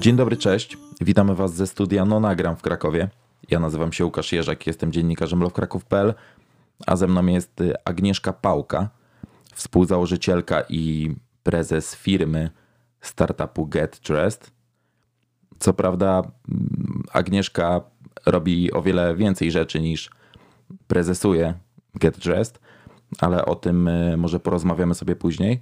Dzień dobry, cześć. Witamy Was ze studia No Nagram w Krakowie. Ja nazywam się Łukasz Jerzak, jestem dziennikarzem lovecraków.pl, a ze mną jest Agnieszka Pałka, współzałożycielka i prezes firmy startupu Get Dressed. Co prawda Agnieszka robi o wiele więcej rzeczy niż prezesuje Get Dressed, ale o tym może porozmawiamy sobie później.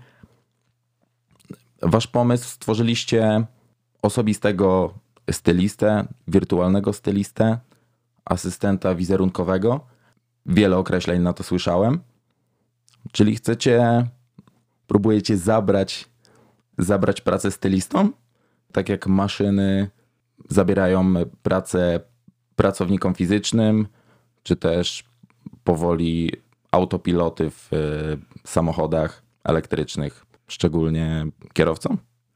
Wasz pomysł, stworzyliście osobistego stylistę, wirtualnego stylistę, asystenta wizerunkowego. Wiele określeń na to słyszałem. Czyli próbujecie zabrać pracę stylistom? Tak jak maszyny zabierają pracę pracownikom fizycznym, czy też powoli autopiloty w samochodach elektrycznych, szczególnie kierowcom?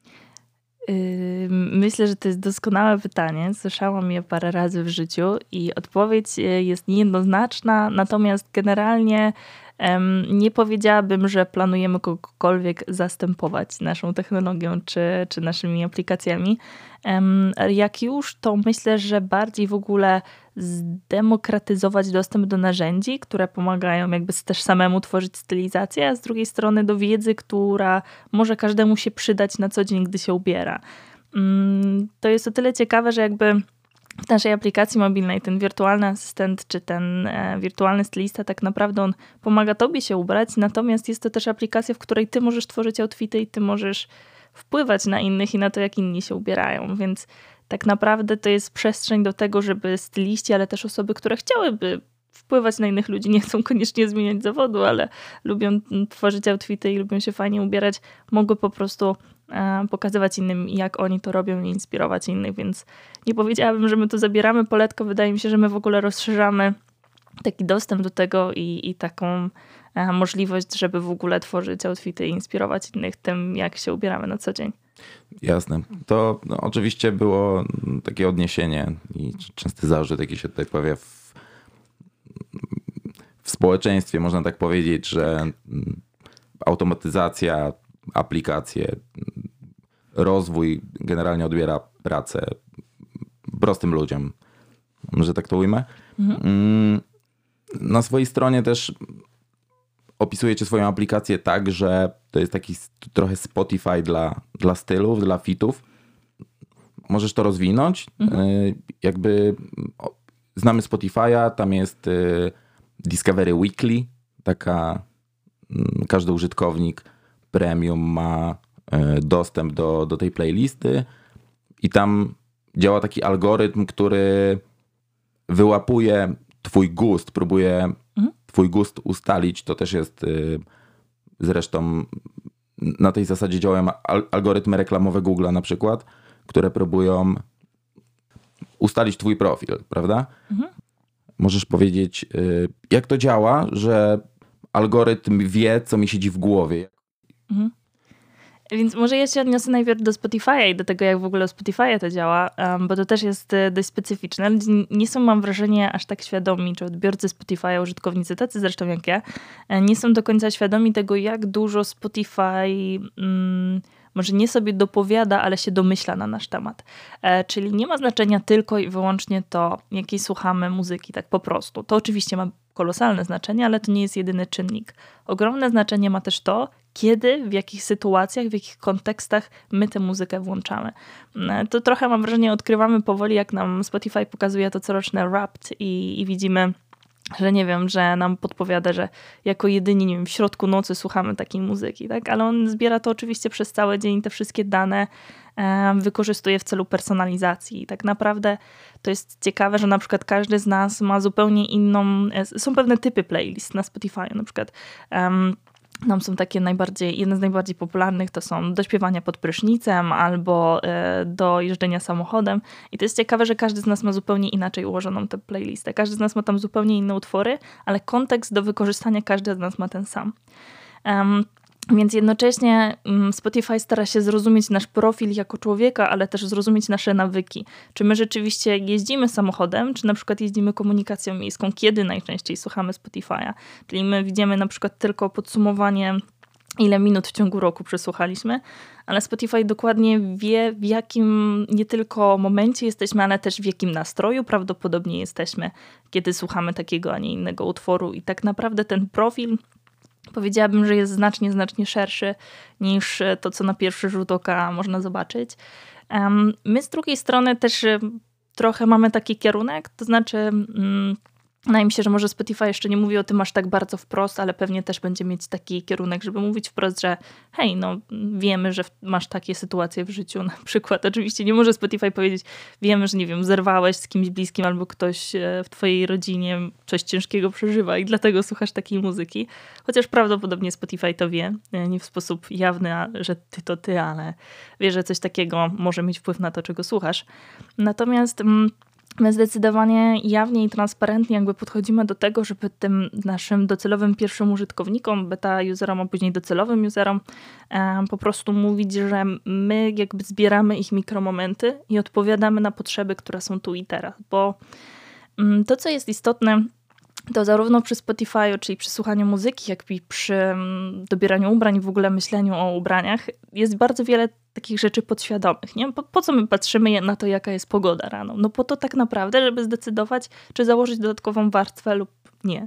Myślę, że to jest doskonałe pytanie. Słyszałam je parę razy w życiu i odpowiedź jest niejednoznaczna, natomiast generalnie nie powiedziałabym, że planujemy kogokolwiek zastępować naszą technologią czy naszymi aplikacjami. Jak już, to myślę, że bardziej w ogóle zdemokratyzować dostęp do narzędzi, które pomagają jakby też samemu tworzyć stylizację, a z drugiej strony do wiedzy, która może każdemu się przydać na co dzień, gdy się ubiera. To jest o tyle ciekawe, że jakby w naszej aplikacji mobilnej ten wirtualny asystent czy ten wirtualny stylista tak naprawdę on pomaga tobie się ubrać, natomiast jest to też aplikacja, w której ty możesz tworzyć outfity i ty możesz wpływać na innych i na to, jak inni się ubierają, więc tak naprawdę to jest przestrzeń do tego, żeby styliści, ale też osoby, które chciałyby wpływać na innych ludzi, nie chcą koniecznie zmieniać zawodu, ale lubią tworzyć outfity i lubią się fajnie ubierać, mogły po prostu pokazywać innym, jak oni to robią i inspirować innych, więc nie powiedziałabym, że my tu zabieramy poletko. Wydaje mi się, że my w ogóle rozszerzamy taki dostęp do tego i taką możliwość, żeby w ogóle tworzyć outfity i inspirować innych tym, jak się ubieramy na co dzień. Jasne. To oczywiście było takie odniesienie i częsty zarzut, jaki się tutaj pojawia w społeczeństwie, można tak powiedzieć, że automatyzacja, aplikacje, rozwój generalnie odbiera pracę prostym ludziom. Może tak to ujmę? Na swojej stronie też opisujecie swoją aplikację tak, że to jest taki trochę Spotify dla stylów, dla fitów. Możesz to rozwinąć? Jakby znamy Spotify'a, tam jest Discovery Weekly, każdy użytkownik premium ma dostęp do tej playlisty i tam działa taki algorytm, który wyłapuje twój gust, próbuje twój gust ustalić. To też jest zresztą na tej zasadzie działają algorytmy reklamowe Google'a na przykład, które próbują ustalić twój profil, prawda? Możesz powiedzieć, jak to działa, że algorytm wie, co mi siedzi w głowie? Więc może ja się odniosę najpierw do Spotify'a i do tego, jak w ogóle Spotify'a to działa, bo to też jest dość specyficzne. Nie są, mam wrażenie, aż tak świadomi, czy odbiorcy Spotify'a, użytkownicy tacy zresztą jak ja, nie są do końca świadomi tego, jak dużo Spotify może nie sobie dopowiada, ale się domyśla na nasz temat. Czyli nie ma znaczenia tylko i wyłącznie to, jakiej słuchamy muzyki, tak po prostu. To oczywiście ma kolosalne znaczenie, ale to nie jest jedyny czynnik. Ogromne znaczenie ma też to, kiedy, w jakich sytuacjach, w jakich kontekstach my tę muzykę włączamy. To trochę, mam wrażenie, odkrywamy powoli, jak nam Spotify pokazuje to coroczne Wrapped i widzimy, że nie wiem, że nam podpowiada, że jako jedyni, nie wiem, w środku nocy słuchamy takiej muzyki, tak? Ale on zbiera to oczywiście przez cały dzień, te wszystkie dane wykorzystuje w celu personalizacji. I tak naprawdę to jest ciekawe, że na przykład każdy z nas ma zupełnie inną, są pewne typy playlist na Spotify, na przykład tam są takie jedne z najbardziej popularnych to są do śpiewania pod prysznicem albo do jeżdżenia samochodem. I to jest ciekawe, że każdy z nas ma zupełnie inaczej ułożoną tę playlistę. Każdy z nas ma tam zupełnie inne utwory, ale kontekst do wykorzystania każdy z nas ma ten sam. Więc jednocześnie Spotify stara się zrozumieć nasz profil jako człowieka, ale też zrozumieć nasze nawyki. Czy my rzeczywiście jeździmy samochodem, czy na przykład jeździmy komunikacją miejską, kiedy najczęściej słuchamy Spotify'a. Czyli my widzimy na przykład tylko podsumowanie ile minut w ciągu roku przesłuchaliśmy, ale Spotify dokładnie wie, w jakim nie tylko momencie jesteśmy, ale też w jakim nastroju prawdopodobnie jesteśmy, kiedy słuchamy takiego, a nie innego utworu. I tak naprawdę ten profil, powiedziałabym, że jest znacznie, znacznie szerszy niż to, co na pierwszy rzut oka można zobaczyć. My z drugiej strony też trochę mamy taki kierunek, to znaczy wydaje mi się, że może Spotify jeszcze nie mówi o tym aż tak bardzo wprost, ale pewnie też będzie mieć taki kierunek, żeby mówić wprost, że hej, no wiemy, że masz takie sytuacje w życiu. Na przykład oczywiście nie może Spotify powiedzieć, wiemy, że nie wiem, zerwałeś z kimś bliskim albo ktoś w twojej rodzinie coś ciężkiego przeżywa i dlatego słuchasz takiej muzyki. Chociaż prawdopodobnie Spotify to wie, nie w sposób jawny, że ty to ty, ale wie, że coś takiego może mieć wpływ na to, czego słuchasz. Natomiast my zdecydowanie jawnie i transparentnie jakby podchodzimy do tego, żeby tym naszym docelowym pierwszym użytkownikom, beta userom, a później docelowym userom po prostu mówić, że my jakby zbieramy ich mikromomenty i odpowiadamy na potrzeby, które są tu i teraz. Bo to, co jest istotne, to zarówno przy Spotify, czyli przy słuchaniu muzyki, jak i przy dobieraniu ubrań, w ogóle myśleniu o ubraniach, jest bardzo wiele takich rzeczy podświadomych. Nie? Po co my patrzymy na to, jaka jest pogoda rano? No po to tak naprawdę, żeby zdecydować, czy założyć dodatkową warstwę lub nie.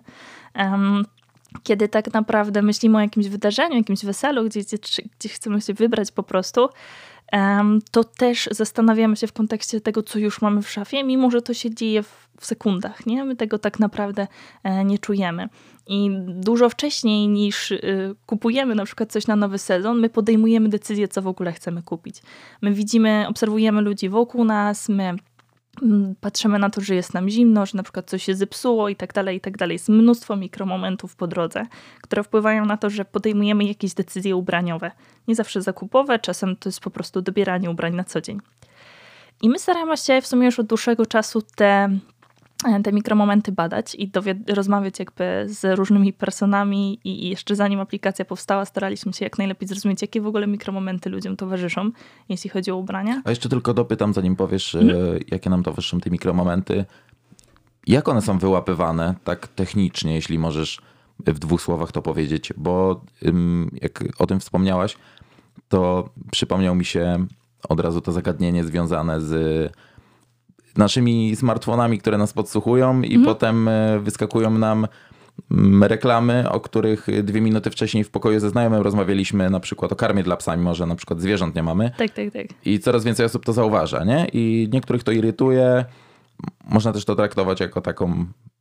Kiedy tak naprawdę myślimy o jakimś wydarzeniu, jakimś weselu, gdzie chcemy się wybrać po prostu, to też zastanawiamy się w kontekście tego, co już mamy w szafie, mimo że to się dzieje w sekundach. Nie? My tego tak naprawdę nie czujemy. I dużo wcześniej niż kupujemy na przykład coś na nowy sezon, my podejmujemy decyzję, co w ogóle chcemy kupić. My widzimy, obserwujemy ludzi wokół nas, my patrzymy na to, że jest nam zimno, że na przykład coś się zepsuło i tak dalej, i tak dalej. Jest mnóstwo mikromomentów po drodze, które wpływają na to, że podejmujemy jakieś decyzje ubraniowe. Nie zawsze zakupowe, czasem to jest po prostu dobieranie ubrań na co dzień. I my staramy się w sumie już od dłuższego czasu te mikromomenty badać i rozmawiać jakby z różnymi personami i jeszcze zanim aplikacja powstała, staraliśmy się jak najlepiej zrozumieć, jakie w ogóle mikromomenty ludziom towarzyszą, jeśli chodzi o ubrania. A jeszcze tylko dopytam, zanim powiesz, jakie nam towarzyszą te mikromomenty. Jak one są wyłapywane tak technicznie, jeśli możesz w 2 słowach to powiedzieć? Bo jak o tym wspomniałaś, to przypomniał mi się od razu to zagadnienie związane z naszymi smartfonami, które nas podsłuchują i potem wyskakują nam reklamy, o których 2 minuty wcześniej w pokoju ze znajomym rozmawialiśmy na przykład o karmie dla psa, mimo że na przykład zwierząt nie mamy. Tak. I coraz więcej osób to zauważa, nie? I niektórych to irytuje. Można też to traktować jako taką,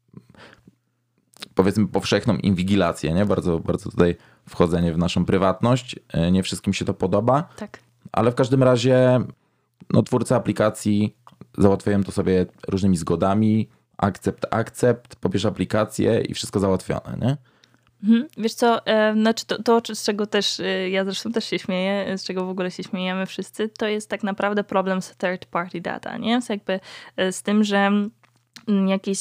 powiedzmy, powszechną inwigilację, nie? Bardzo, bardzo tutaj wchodzenie w naszą prywatność. Nie wszystkim się to podoba. Tak. Ale w każdym razie twórcy aplikacji załatwiają to sobie różnymi zgodami. Akcept, pobierz aplikację i wszystko załatwione, nie? Wiesz co, znaczy to, z czego też ja zresztą też się śmieję, z czego w ogóle się śmiejemy wszyscy, to jest tak naprawdę problem z third party data, nie? Jakby z tym, że jakieś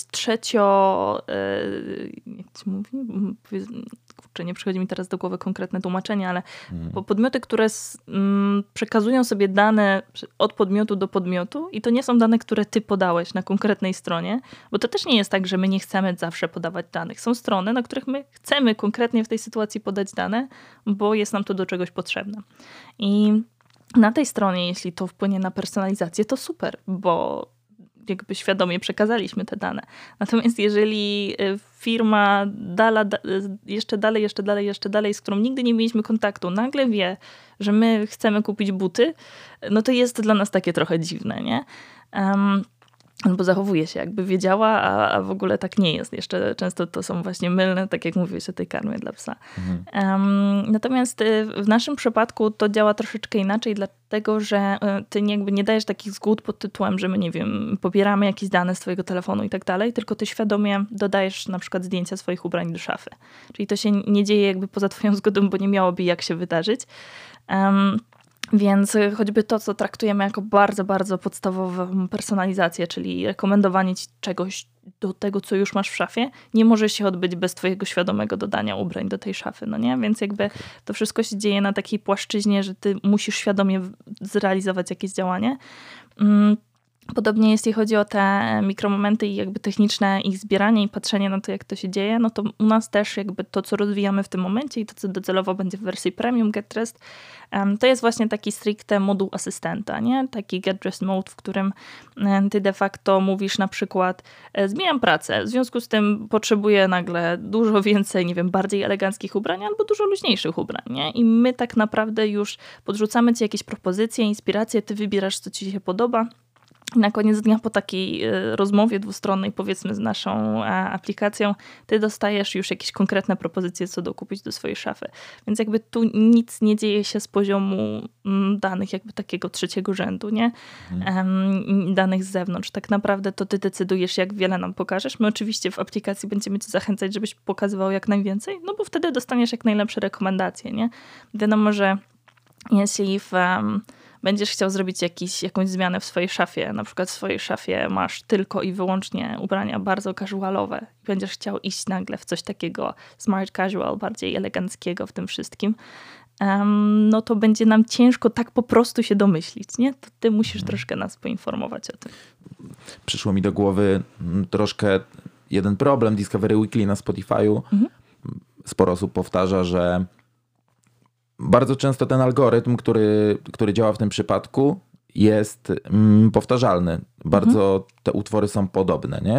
jak to się mówi? Kurczę, nie przychodzi mi teraz do głowy konkretne tłumaczenie, ale podmioty, które przekazują sobie dane od podmiotu do podmiotu i to nie są dane, które ty podałeś na konkretnej stronie, bo to też nie jest tak, że my nie chcemy zawsze podawać danych. Są strony, na których my chcemy konkretnie w tej sytuacji podać dane, bo jest nam to do czegoś potrzebne. I na tej stronie, jeśli to wpłynie na personalizację, to super, bo jakby świadomie przekazaliśmy te dane. Natomiast jeżeli firma jeszcze dalej, z którą nigdy nie mieliśmy kontaktu, nagle wie, że my chcemy kupić buty, no to jest dla nas takie trochę dziwne, nie? Bo zachowuje się jakby wiedziała, a w ogóle tak nie jest. Jeszcze często to są właśnie mylne, tak jak mówiłeś o tej karmie dla psa. Natomiast w naszym przypadku to działa troszeczkę inaczej, dlatego że ty jakby nie dajesz takich zgód pod tytułem, że my, nie wiem, pobieramy jakieś dane z twojego telefonu i tak dalej, tylko ty świadomie dodajesz na przykład zdjęcia swoich ubrań do szafy. Czyli to się nie dzieje jakby poza twoją zgodą, bo nie miałoby jak się wydarzyć. Więc choćby to, co traktujemy jako bardzo, bardzo podstawową personalizację, czyli rekomendowanie ci czegoś do tego, co już masz w szafie, nie może się odbyć bez twojego świadomego dodania ubrań do tej szafy, no nie? Więc jakby to wszystko się dzieje na takiej płaszczyźnie, że ty musisz świadomie zrealizować jakieś działanie. Podobnie jeśli chodzi o te mikromomenty i jakby techniczne ich zbieranie i patrzenie na to, jak to się dzieje, no to u nas też jakby to, co rozwijamy w tym momencie i to, co docelowo będzie w wersji premium GetDressed, to jest właśnie taki stricte moduł asystenta, nie? Taki GetDressed mode, w którym ty de facto mówisz na przykład zmieniam pracę, w związku z tym potrzebuję nagle dużo więcej, nie wiem, bardziej eleganckich ubrań albo dużo luźniejszych ubrań, nie? I my tak naprawdę już podrzucamy ci jakieś propozycje, inspiracje, ty wybierasz, co ci się podoba. I na koniec dnia po takiej rozmowie dwustronnej, powiedzmy z naszą aplikacją, ty dostajesz już jakieś konkretne propozycje, co dokupić do swojej szafy. Więc jakby tu nic nie dzieje się z poziomu danych jakby takiego trzeciego rzędu, nie? Danych z zewnątrz. Tak naprawdę to ty decydujesz, jak wiele nam pokażesz. My oczywiście w aplikacji będziemy cię zachęcać, żebyś pokazywał jak najwięcej, no bo wtedy dostaniesz jak najlepsze rekomendacje, nie? Wiadomo, że jeśli będziesz chciał zrobić jakąś zmianę w swojej szafie, na przykład w swojej szafie masz tylko i wyłącznie ubrania bardzo casualowe i będziesz chciał iść nagle w coś takiego smart casual, bardziej eleganckiego w tym wszystkim, no to będzie nam ciężko tak po prostu się domyślić, nie? To ty musisz troszkę nas poinformować o tym. Przyszło mi do głowy troszkę jeden problem. Discovery Weekly na Spotify'u. Sporo osób powtarza, że bardzo często ten algorytm, który działa w tym przypadku, jest powtarzalny. Bardzo te utwory są podobne, nie?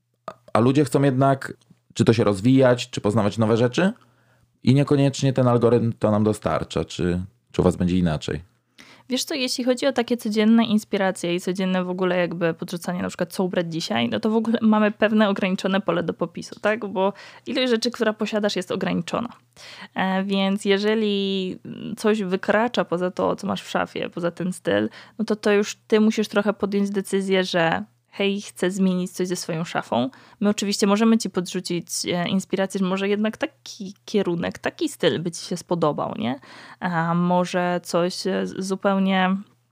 A ludzie chcą jednak czy to się rozwijać, czy poznawać nowe rzeczy i niekoniecznie ten algorytm to nam dostarcza. Czy u was będzie inaczej? Wiesz co, jeśli chodzi o takie codzienne inspiracje i codzienne w ogóle jakby podrzucanie na przykład co ubrać dzisiaj, no to w ogóle mamy pewne ograniczone pole do popisu, tak? Bo ilość rzeczy, która posiadasz jest ograniczona. Więc jeżeli coś wykracza poza to, co masz w szafie, poza ten styl, no to już ty musisz trochę podjąć decyzję, że hej, chcę zmienić coś ze swoją szafą. My oczywiście możemy ci podrzucić inspirację, że może jednak taki kierunek, taki styl by ci się spodobał, nie? A może coś zupełnie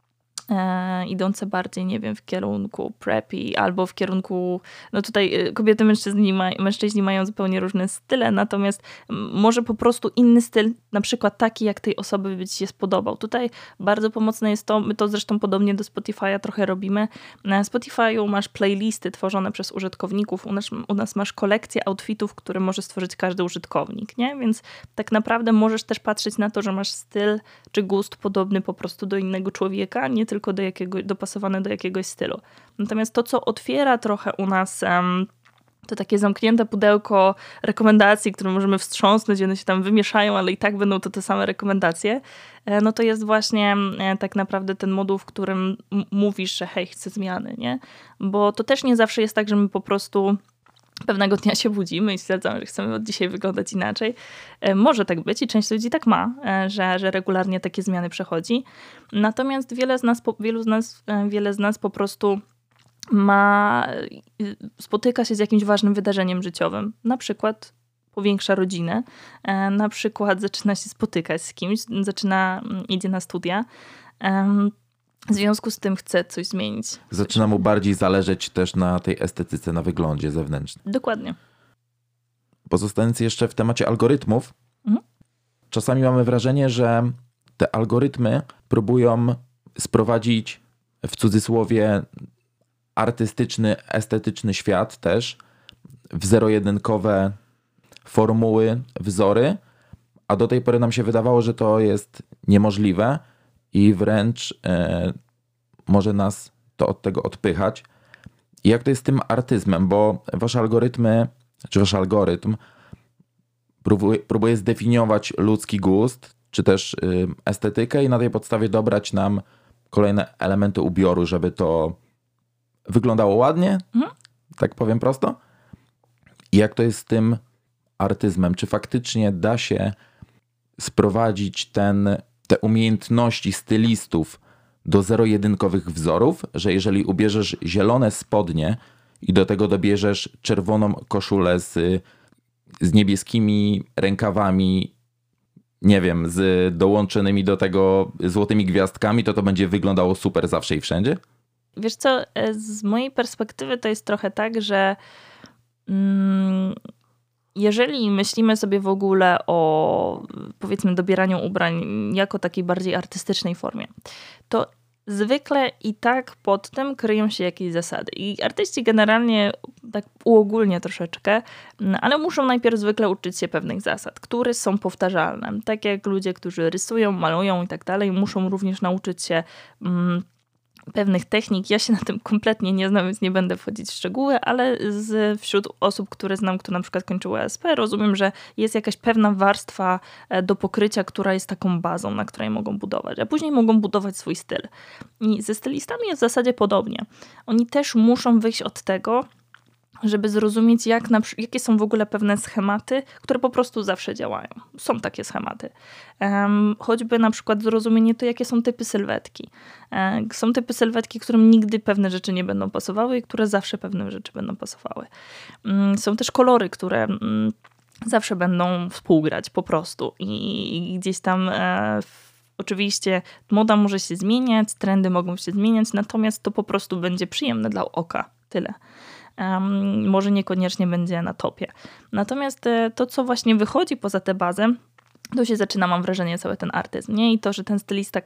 idące bardziej, nie wiem, w kierunku preppy albo w kierunku, no tutaj kobiety, mężczyźni mają zupełnie różne style, natomiast może po prostu inny styl, na przykład taki, jak tej osoby by ci się spodobał. Tutaj bardzo pomocne jest to, my to zresztą podobnie do Spotify'a trochę robimy. Na Spotify'u masz playlisty tworzone przez użytkowników, u nas masz kolekcję outfitów, które może stworzyć każdy użytkownik, nie? Więc tak naprawdę możesz też patrzeć na to, że masz styl czy gust podobny po prostu do innego człowieka, nie tylko dopasowane do jakiegoś stylu. Natomiast to, co otwiera trochę u nas to takie zamknięte pudełko rekomendacji, które możemy wstrząsnąć, one się tam wymieszają, ale i tak będą to te same rekomendacje, no to jest właśnie tak naprawdę ten moduł, w którym mówisz, że hej, chcę zmiany, nie? Bo to też nie zawsze jest tak, że my po prostu pewnego dnia się budzimy i stwierdzamy, że chcemy od dzisiaj wyglądać inaczej. Może tak być i część ludzi tak ma, że regularnie takie zmiany przechodzi. Natomiast wiele z nas po prostu spotyka się z jakimś ważnym wydarzeniem życiowym. Na przykład powiększa rodzinę, na przykład zaczyna się spotykać z kimś, idzie na studia. W związku z tym chce coś zmienić. Zaczyna mu bardziej zależeć też na tej estetyce, na wyglądzie zewnętrznym. Dokładnie. Pozostając jeszcze w temacie algorytmów, czasami mamy wrażenie, że te algorytmy próbują sprowadzić w cudzysłowie artystyczny, estetyczny świat też w zero-jedynkowe formuły, wzory, a do tej pory nam się wydawało, że to jest niemożliwe i wręcz może nas to od tego odpychać. I jak to jest z tym artyzmem, bo wasz algorytm próbuje zdefiniować ludzki gust, czy też estetykę i na tej podstawie dobrać nam kolejne elementy ubioru, żeby to wyglądało ładnie, tak powiem prosto. I jak to jest z tym artyzmem? Czy faktycznie da się sprowadzić te umiejętności stylistów do zero-jedynkowych wzorów, że jeżeli ubierzesz zielone spodnie i do tego dobierzesz czerwoną koszulę z niebieskimi rękawami, nie wiem, z dołączonymi do tego złotymi gwiazdkami, to będzie wyglądało super zawsze i wszędzie? Wiesz co, z mojej perspektywy to jest trochę tak, że jeżeli myślimy sobie w ogóle o, powiedzmy, dobieraniu ubrań jako takiej bardziej artystycznej formie, to zwykle i tak pod tym kryją się jakieś zasady. I artyści generalnie, tak uogólnie troszeczkę, ale muszą najpierw zwykle uczyć się pewnych zasad, które są powtarzalne. Tak jak ludzie, którzy rysują, malują i tak dalej, muszą również nauczyć się pewnych technik. Ja się na tym kompletnie nie znam, więc nie będę wchodzić w szczegóły, ale wśród osób, które znam, które na przykład kończyły ASP, rozumiem, że jest jakaś pewna warstwa do pokrycia, która jest taką bazą, na której mogą budować, a później mogą budować swój styl. I ze stylistami jest w zasadzie podobnie. Oni też muszą wyjść od tego, żeby zrozumieć, jakie są w ogóle pewne schematy, które po prostu zawsze działają. Są takie schematy. Choćby na przykład zrozumienie to, jakie są typy sylwetki. Są typy sylwetki, którym nigdy pewne rzeczy nie będą pasowały i które zawsze pewne rzeczy będą pasowały. Są też kolory, które zawsze będą współgrać po prostu. I gdzieś tam oczywiście moda może się zmieniać, trendy mogą się zmieniać, natomiast to po prostu będzie przyjemne dla oka. Tyle. Może niekoniecznie będzie na topie. Natomiast to, co właśnie wychodzi poza tę bazę, to się zaczyna, mam wrażenie, cały ten artyzm. Nie? I to, że ten stylista,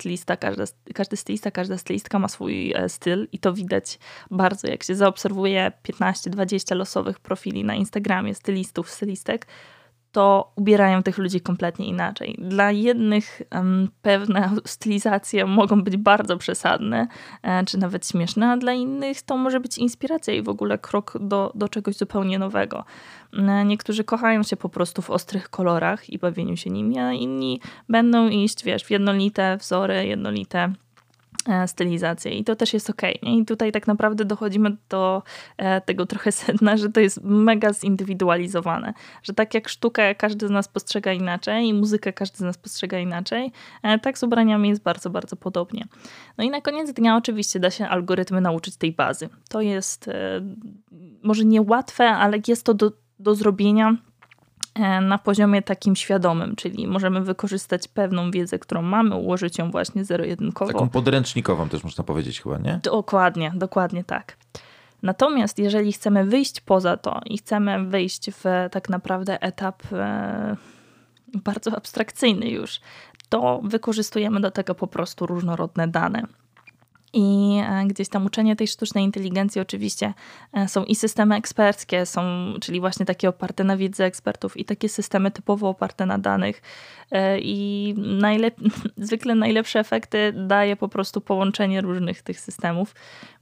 każda stylistka ma swój styl i to widać bardzo, jak się zaobserwuje 15-20 losowych profili na Instagramie stylistów, stylistek, to ubierają tych ludzi kompletnie inaczej. Dla jednych pewne stylizacje mogą być bardzo przesadne, czy nawet śmieszne, a dla innych to może być inspiracja i w ogóle krok do czegoś zupełnie nowego. Niektórzy kochają się po prostu w ostrych kolorach i bawieniu się nimi, a inni będą iść, w jednolite wzory, jednolite stylizację i to też jest okej. Nie? I tutaj tak naprawdę dochodzimy do tego trochę sedna, że to jest mega zindywidualizowane. Że tak jak sztukę każdy z nas postrzega inaczej i muzykę każdy z nas postrzega inaczej, tak z ubraniami jest bardzo, bardzo podobnie. No i na koniec dnia oczywiście da się algorytmy nauczyć tej bazy. To jest może niełatwe, ale jest to do zrobienia na poziomie takim świadomym, czyli możemy wykorzystać pewną wiedzę, którą mamy, ułożyć ją właśnie zero-jedynkowo. Taką podręcznikową też można powiedzieć chyba, nie? Dokładnie tak. Natomiast jeżeli chcemy wyjść poza to i chcemy wyjść w tak naprawdę etap bardzo abstrakcyjny już, to wykorzystujemy do tego po prostu różnorodne dane. I gdzieś tam uczenie tej sztucznej inteligencji oczywiście są i systemy eksperckie, czyli właśnie takie oparte na wiedzy ekspertów i takie systemy typowo oparte na danych. I zwykle najlepsze efekty daje po prostu połączenie różnych tych systemów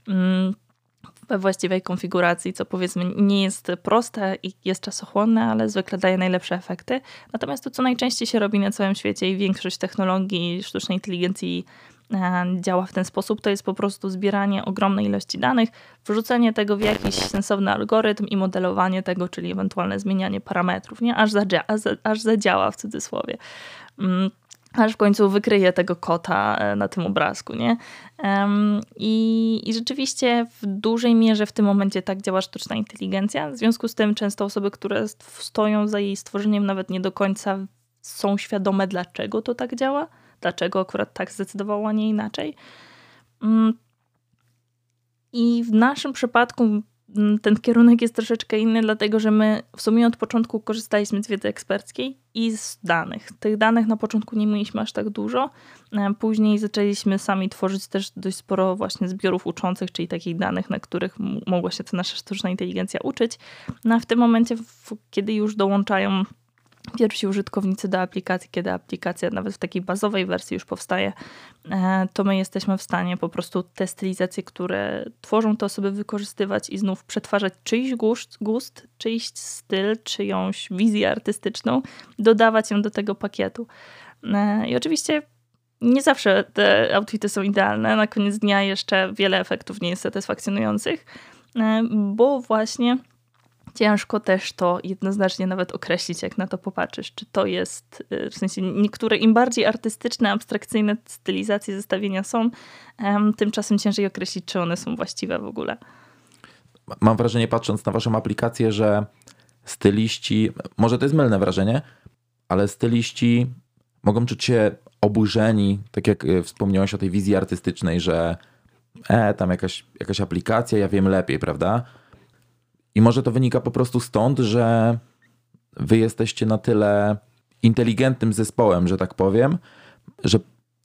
we właściwej konfiguracji, co powiedzmy nie jest proste i jest czasochłonne, ale zwykle daje najlepsze efekty. Natomiast to, co najczęściej się robi na całym świecie i większość technologii sztucznej inteligencji działa w ten sposób, to jest po prostu zbieranie ogromnej ilości danych, wrzucenie tego w jakiś sensowny algorytm i modelowanie tego, czyli ewentualne zmienianie parametrów, nie? Aż zadziała w cudzysłowie. Aż w końcu wykryje tego kota na tym obrazku, nie? I rzeczywiście w dużej mierze w tym momencie tak działa sztuczna inteligencja. W związku z tym często osoby, które stoją za jej stworzeniem, nawet nie do końca są świadome, dlaczego to tak działa, dlaczego akurat tak zdecydowało, a nie inaczej. I w naszym przypadku ten kierunek jest troszeczkę inny, dlatego że my w sumie od początku korzystaliśmy z wiedzy eksperckiej i z danych. Tych danych na początku nie mieliśmy aż tak dużo. Później zaczęliśmy sami tworzyć też dość sporo właśnie zbiorów uczących, czyli takich danych, na których mogła się ta nasza sztuczna inteligencja uczyć. No a w tym momencie, kiedy już dołączają pierwsi użytkownicy do aplikacji, kiedy aplikacja nawet w takiej bazowej wersji już powstaje, to my jesteśmy w stanie po prostu te stylizacje, które tworzą te osoby, wykorzystywać i znów przetwarzać czyjś gust, czyjś styl, czyjąś wizję artystyczną, dodawać ją do tego pakietu. I oczywiście nie zawsze te outfity są idealne. Na koniec dnia jeszcze wiele efektów nie jest satysfakcjonujących, bo właśnie ciężko też to jednoznacznie nawet określić, jak na to popatrzysz. Czy to jest, w sensie niektóre im bardziej artystyczne, abstrakcyjne stylizacje, zestawienia są, tymczasem ciężej określić, czy one są właściwe w ogóle. Mam wrażenie, patrząc na waszą aplikację, że styliści, może to jest mylne wrażenie, ale styliści mogą czuć się oburzeni, tak jak wspomniałeś o tej wizji artystycznej, że tam jakaś aplikacja, ja wiem lepiej, prawda? I może to wynika po prostu stąd, że wy jesteście na tyle inteligentnym zespołem, że tak powiem, że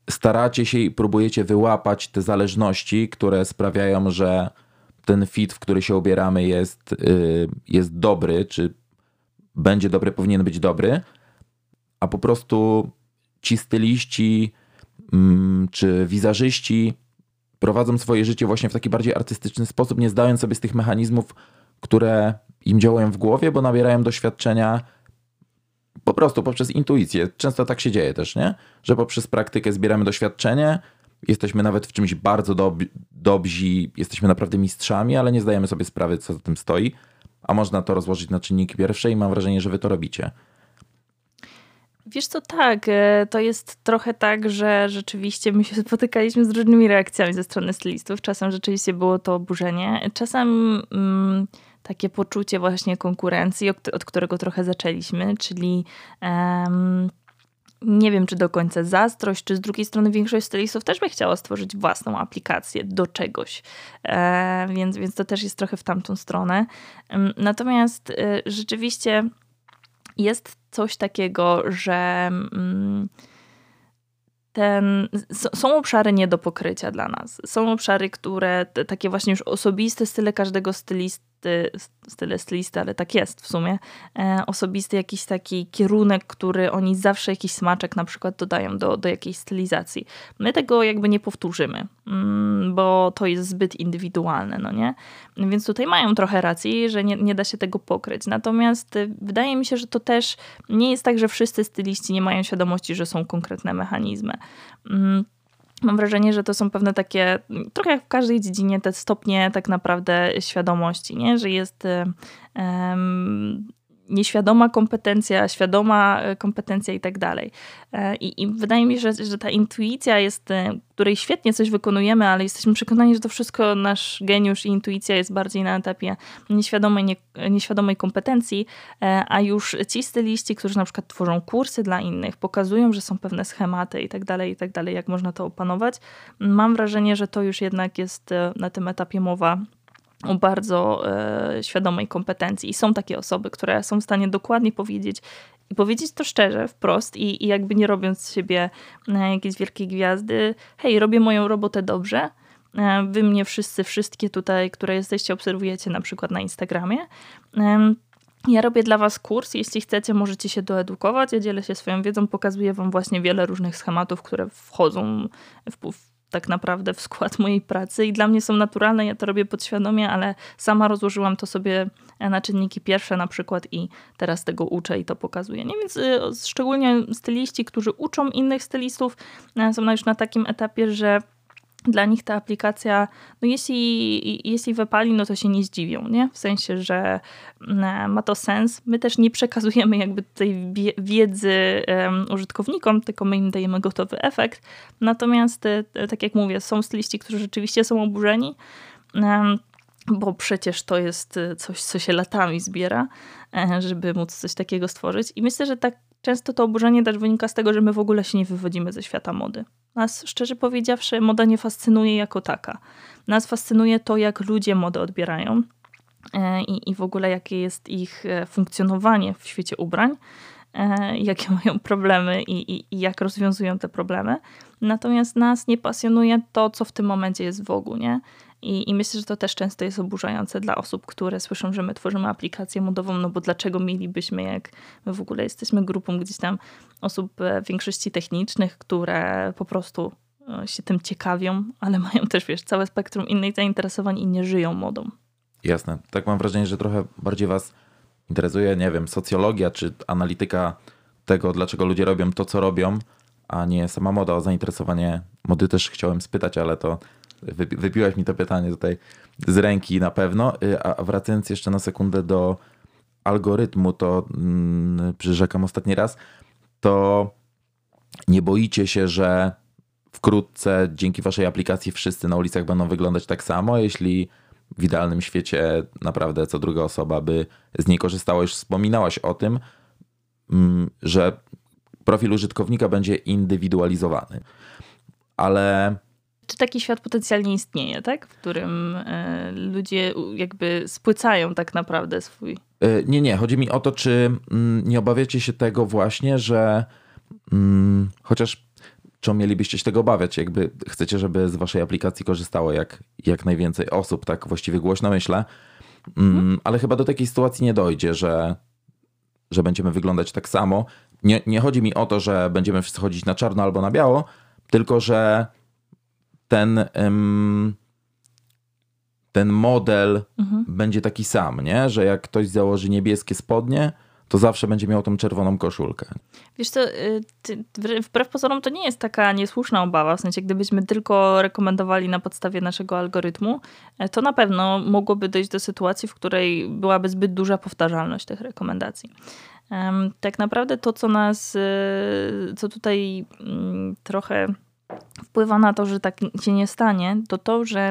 staracie się i próbujecie wyłapać te zależności, które sprawiają, że ten fit, w który się ubieramy jest dobry, czy będzie dobry, powinien być dobry, a po prostu ci styliści czy wizerzyści prowadzą swoje życie właśnie w taki bardziej artystyczny sposób, nie zdając sobie z tych mechanizmów, które im działają w głowie, bo nabierają doświadczenia po prostu poprzez intuicję. Często tak się dzieje też, nie? Że poprzez praktykę zbieramy doświadczenie, jesteśmy nawet w czymś bardzo dobrzy, jesteśmy naprawdę mistrzami, ale nie zdajemy sobie sprawy, co za tym stoi, a można to rozłożyć na czynniki pierwsze i mam wrażenie, że wy to robicie. Wiesz co, tak, to jest trochę tak, że rzeczywiście my się spotykaliśmy z różnymi reakcjami ze strony stylistów. Czasem rzeczywiście było to oburzenie, czasem takie poczucie właśnie konkurencji, od którego trochę zaczęliśmy, czyli nie wiem, czy do końca zazdrość, czy z drugiej strony większość stylistów też by chciała stworzyć własną aplikację do czegoś, więc to też jest trochę w tamtą stronę. Natomiast rzeczywiście jest coś takiego, że są obszary nie do pokrycia dla nas. Są obszary, które takie właśnie już osobiste style każdego stylisty, ale tak jest w sumie. Osobisty jakiś taki kierunek, który oni zawsze jakiś smaczek na przykład dodają do jakiejś stylizacji. My tego jakby nie powtórzymy, bo to jest zbyt indywidualne, no nie? Więc tutaj mają trochę racji, że nie da się tego pokryć. Natomiast wydaje mi się, że to też nie jest tak, że wszyscy styliści nie mają świadomości, że są konkretne mechanizmy. Mam wrażenie, że to są pewne takie, trochę jak w każdej dziedzinie, te stopnie tak naprawdę świadomości, nie? Że jest nieświadoma kompetencja, świadoma kompetencja i tak dalej. I wydaje mi się, że ta intuicja jest, której świetnie coś wykonujemy, ale jesteśmy przekonani, że to wszystko nasz geniusz i intuicja jest bardziej na etapie nieświadomej kompetencji, a już ci styliści, którzy na przykład tworzą kursy dla innych, pokazują, że są pewne schematy i tak dalej, jak można to opanować. Mam wrażenie, że to już jednak jest na tym etapie mowa o bardzo świadomej kompetencji. I są takie osoby, które są w stanie dokładnie powiedzieć i powiedzieć to szczerze, wprost i jakby nie robiąc z siebie jakiejś wielkiej gwiazdy. Hej, robię moją robotę dobrze. Wy mnie wszystkie tutaj, które jesteście, obserwujecie na przykład na Instagramie. Ja robię dla was kurs. Jeśli chcecie, możecie się doedukować. Ja dzielę się swoją wiedzą, pokazuję wam właśnie wiele różnych schematów, które wchodzą tak naprawdę w skład mojej pracy i dla mnie są naturalne, ja to robię podświadomie, ale sama rozłożyłam to sobie na czynniki pierwsze na przykład i teraz tego uczę i to pokazuję. Nie? Więc szczególnie styliści, którzy uczą innych stylistów, są już na takim etapie, że dla nich ta aplikacja, no jeśli wypali, no to się nie zdziwią, nie? W sensie, że ma to sens. My też nie przekazujemy jakby tej wiedzy użytkownikom, tylko my im dajemy gotowy efekt. Natomiast, tak jak mówię, są styliści, którzy rzeczywiście są oburzeni, bo przecież to jest coś, co się latami zbiera, żeby móc coś takiego stworzyć. I myślę, że tak często to oburzenie też wynika z tego, że my w ogóle się nie wywodzimy ze świata mody. Nas, szczerze powiedziawszy, moda nie fascynuje jako taka. Nas fascynuje to, jak ludzie modę odbierają i w ogóle jakie jest ich funkcjonowanie w świecie ubrań, jakie mają problemy i jak rozwiązują te problemy. Natomiast nas nie pasjonuje to, co w tym momencie jest w ogóle, nie? I myślę, że to też często jest oburzające dla osób, które słyszą, że my tworzymy aplikację modową, no bo dlaczego mielibyśmy, jak my w ogóle jesteśmy grupą gdzieś tam osób w większości technicznych, które po prostu się tym ciekawią, ale mają też, wiesz, całe spektrum innych zainteresowań i nie żyją modą. Jasne. Tak mam wrażenie, że trochę bardziej was interesuje, nie wiem, socjologia czy analityka tego, dlaczego ludzie robią to, co robią, a nie sama moda. O zainteresowanie mody też chciałem spytać, ale to wybiłeś mi to pytanie tutaj z ręki na pewno. A wracając jeszcze na sekundę do algorytmu, to przyrzekam ostatni raz, to nie boicie się, że wkrótce dzięki waszej aplikacji wszyscy na ulicach będą wyglądać tak samo, jeśli w idealnym świecie naprawdę co druga osoba by z niej korzystała. Już wspominałaś o tym, że profil użytkownika będzie indywidualizowany. Ale czy taki świat potencjalnie istnieje, tak? W którym ludzie jakby spłycają tak naprawdę swój... Nie. Chodzi mi o to, czy nie obawiacie się tego właśnie, że chociaż czemu mielibyście się tego obawiać? Jakby chcecie, żeby z waszej aplikacji korzystało jak najwięcej osób, tak właściwie głośno myślę. Ale chyba do takiej sytuacji nie dojdzie, że będziemy wyglądać tak samo. Nie chodzi mi o to, że będziemy wszyscy chodzić na czarno albo na biało, tylko że ten model będzie taki sam, nie? Że jak ktoś założy niebieskie spodnie, to zawsze będzie miał tą czerwoną koszulkę. Wiesz co, wbrew pozorom to nie jest taka niesłuszna obawa, w sensie gdybyśmy tylko rekomendowali na podstawie naszego algorytmu, to na pewno mogłoby dojść do sytuacji, w której byłaby zbyt duża powtarzalność tych rekomendacji. Tak naprawdę to, co tutaj trochę wpływa na to, że tak się nie stanie, to, że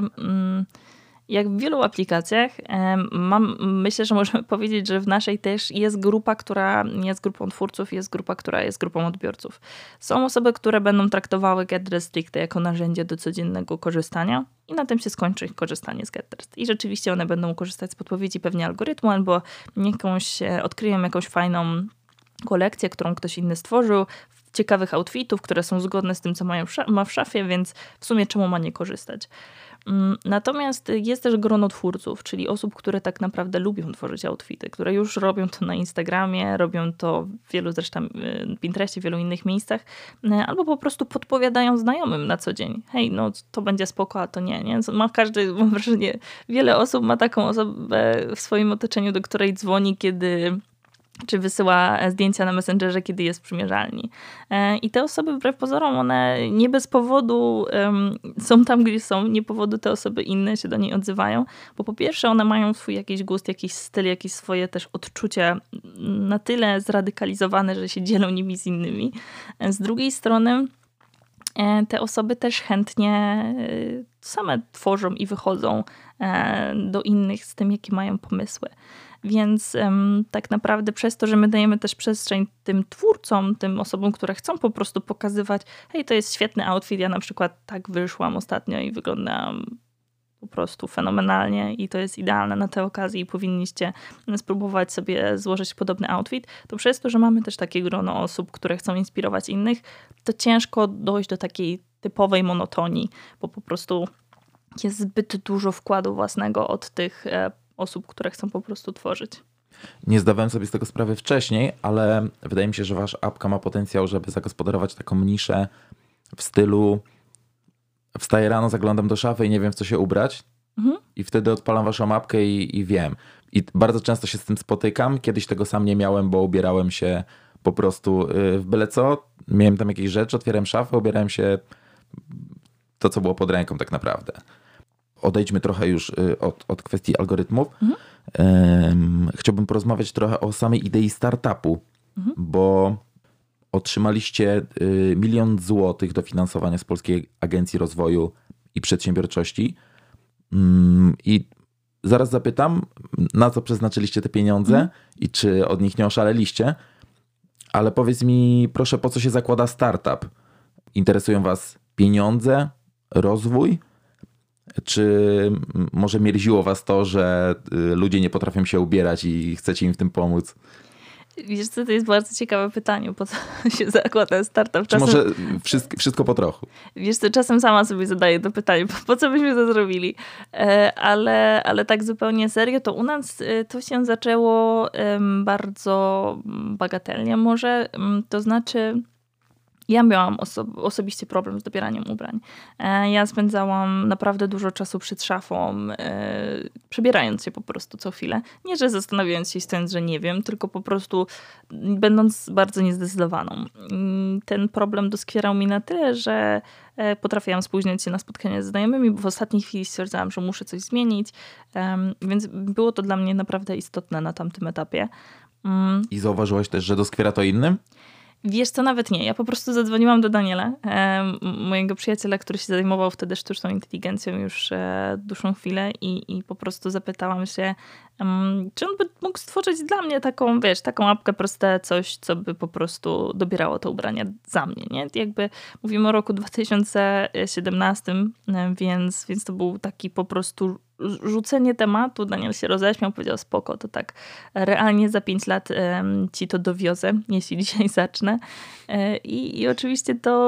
jak w wielu aplikacjach, myślę, że możemy powiedzieć, że w naszej też jest grupa, która jest grupą twórców, jest grupa, która jest grupą odbiorców. Są osoby, które będą traktowały GetDressed stricte jako narzędzie do codziennego korzystania i na tym się skończy ich korzystanie z GetDressed. I rzeczywiście one będą korzystać z podpowiedzi pewnie algorytmu albo odkryją jakąś fajną kolekcję, którą ktoś inny stworzył, ciekawych outfitów, które są zgodne z tym, co ma w szafie, więc w sumie czemu ma nie korzystać. Natomiast jest też grono twórców, czyli osób, które tak naprawdę lubią tworzyć outfity, które już robią to na Instagramie, robią to w wielu zresztą Pinterestie, w wielu innych miejscach, albo po prostu podpowiadają znajomym na co dzień. Hej, no to będzie spoko, a to nie? Mam wrażenie, wiele osób ma taką osobę w swoim otoczeniu, do której dzwoni, czy wysyła zdjęcia na Messengerze, kiedy jest w przymierzalni. I te osoby wbrew pozorom, one nie bez powodu są tam, gdzie są, nie powodu te osoby inne się do niej odzywają, bo po pierwsze one mają swój jakiś gust, jakiś styl, jakieś swoje też odczucia na tyle zradykalizowane, że się dzielą nimi z innymi. Z drugiej strony te osoby też chętnie same tworzą i wychodzą do innych z tym, jakie mają pomysły. Więc tak naprawdę przez to, że my dajemy też przestrzeń tym twórcom, tym osobom, które chcą po prostu pokazywać, hej, to jest świetny outfit, ja na przykład tak wyszłam ostatnio i wyglądam po prostu fenomenalnie i to jest idealne na tę okazję i powinniście spróbować sobie złożyć podobny outfit, to przez to, że mamy też takie grono osób, które chcą inspirować innych, to ciężko dojść do takiej typowej monotonii, bo po prostu jest zbyt dużo wkładu własnego od tych osób, które chcą po prostu tworzyć. Nie zdawałem sobie z tego sprawy wcześniej, ale wydaje mi się, że wasza apka ma potencjał, żeby zagospodarować taką niszę w stylu wstaję rano, zaglądam do szafy i nie wiem, w co się ubrać. I wtedy odpalam waszą apkę i wiem. I bardzo często się z tym spotykam. Kiedyś tego sam nie miałem, bo ubierałem się po prostu w byle co. Miałem tam jakieś rzeczy, otwierałem szafę, ubierałem się to, co było pod ręką tak naprawdę. Odejdźmy trochę już od kwestii algorytmów. Chciałbym porozmawiać trochę o samej idei startupu, bo otrzymaliście 1 000 000 złotych dofinansowania z Polskiej Agencji Rozwoju i Przedsiębiorczości. I zaraz zapytam, na co przeznaczyliście te pieniądze i czy od nich nie oszaleliście. Ale powiedz mi proszę, po co się zakłada startup? Interesują was pieniądze, rozwój? Czy może mierziło was to, że ludzie nie potrafią się ubierać i chcecie im w tym pomóc? Wiesz co, to jest bardzo ciekawe pytanie, po co się zakłada startup. Czy może wszystko po trochu? Wiesz co, czasem sama sobie zadaję to pytanie, po co byśmy to zrobili? Ale tak zupełnie serio, to u nas to się zaczęło bardzo bagatelnie może, to znaczy ja miałam osobiście problem z dobieraniem ubrań. Ja spędzałam naprawdę dużo czasu przed szafą, przebierając się po prostu co chwilę. Nie, że zastanawiając się, stojąc, że nie wiem, tylko po prostu będąc bardzo niezdecydowaną. Ten problem doskwierał mi na tyle, że potrafiłam spóźniać się na spotkania ze znajomymi, bo w ostatniej chwili stwierdzałam, że muszę coś zmienić, więc było to dla mnie naprawdę istotne na tamtym etapie. I zauważyłaś też, że doskwiera to innym? Wiesz co, nawet nie. Ja po prostu zadzwoniłam do Daniela, mojego przyjaciela, który się zajmował wtedy sztuczną inteligencją już dłuższą chwilę i po prostu zapytałam się, Czy on by mógł stworzyć dla mnie taką, taką apkę proste, coś, co by po prostu dobierało te ubrania za mnie, nie? Jakby mówimy o roku 2017, więc to był taki po prostu rzucenie tematu. Daniel się roześmiał, powiedział spoko, to tak realnie za 5 lat ci to dowiozę, jeśli dzisiaj zacznę. I oczywiście to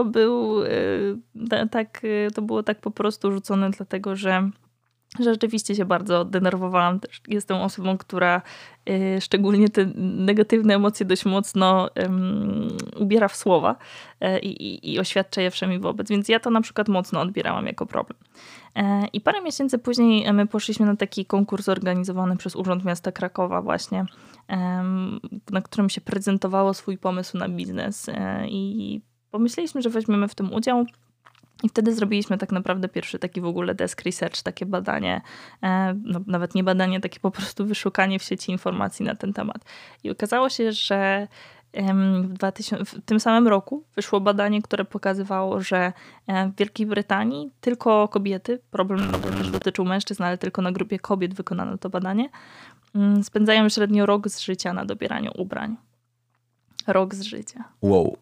było tak po prostu rzucone, dlatego że rzeczywiście się bardzo denerwowałam. Też jestem osobą, która szczególnie te negatywne emocje dość mocno ubiera w słowa i oświadcza je wszemi wobec. Więc ja to na przykład mocno odbierałam jako problem. I parę miesięcy później my poszliśmy na taki konkurs organizowany przez Urząd Miasta Krakowa właśnie, na którym się prezentowało swój pomysł na biznes. I pomyśleliśmy, że weźmiemy w tym udział. I wtedy zrobiliśmy tak naprawdę pierwszy taki w ogóle desk research, takie badanie, no nawet nie badanie, takie po prostu wyszukanie w sieci informacji na ten temat. I okazało się, że w tym samym roku wyszło badanie, które pokazywało, że w Wielkiej Brytanii tylko kobiety, problem też dotyczył mężczyzn, ale tylko na grupie kobiet wykonano to badanie, spędzają średnio rok z życia na dobieraniu ubrań. Rok z życia. Wow.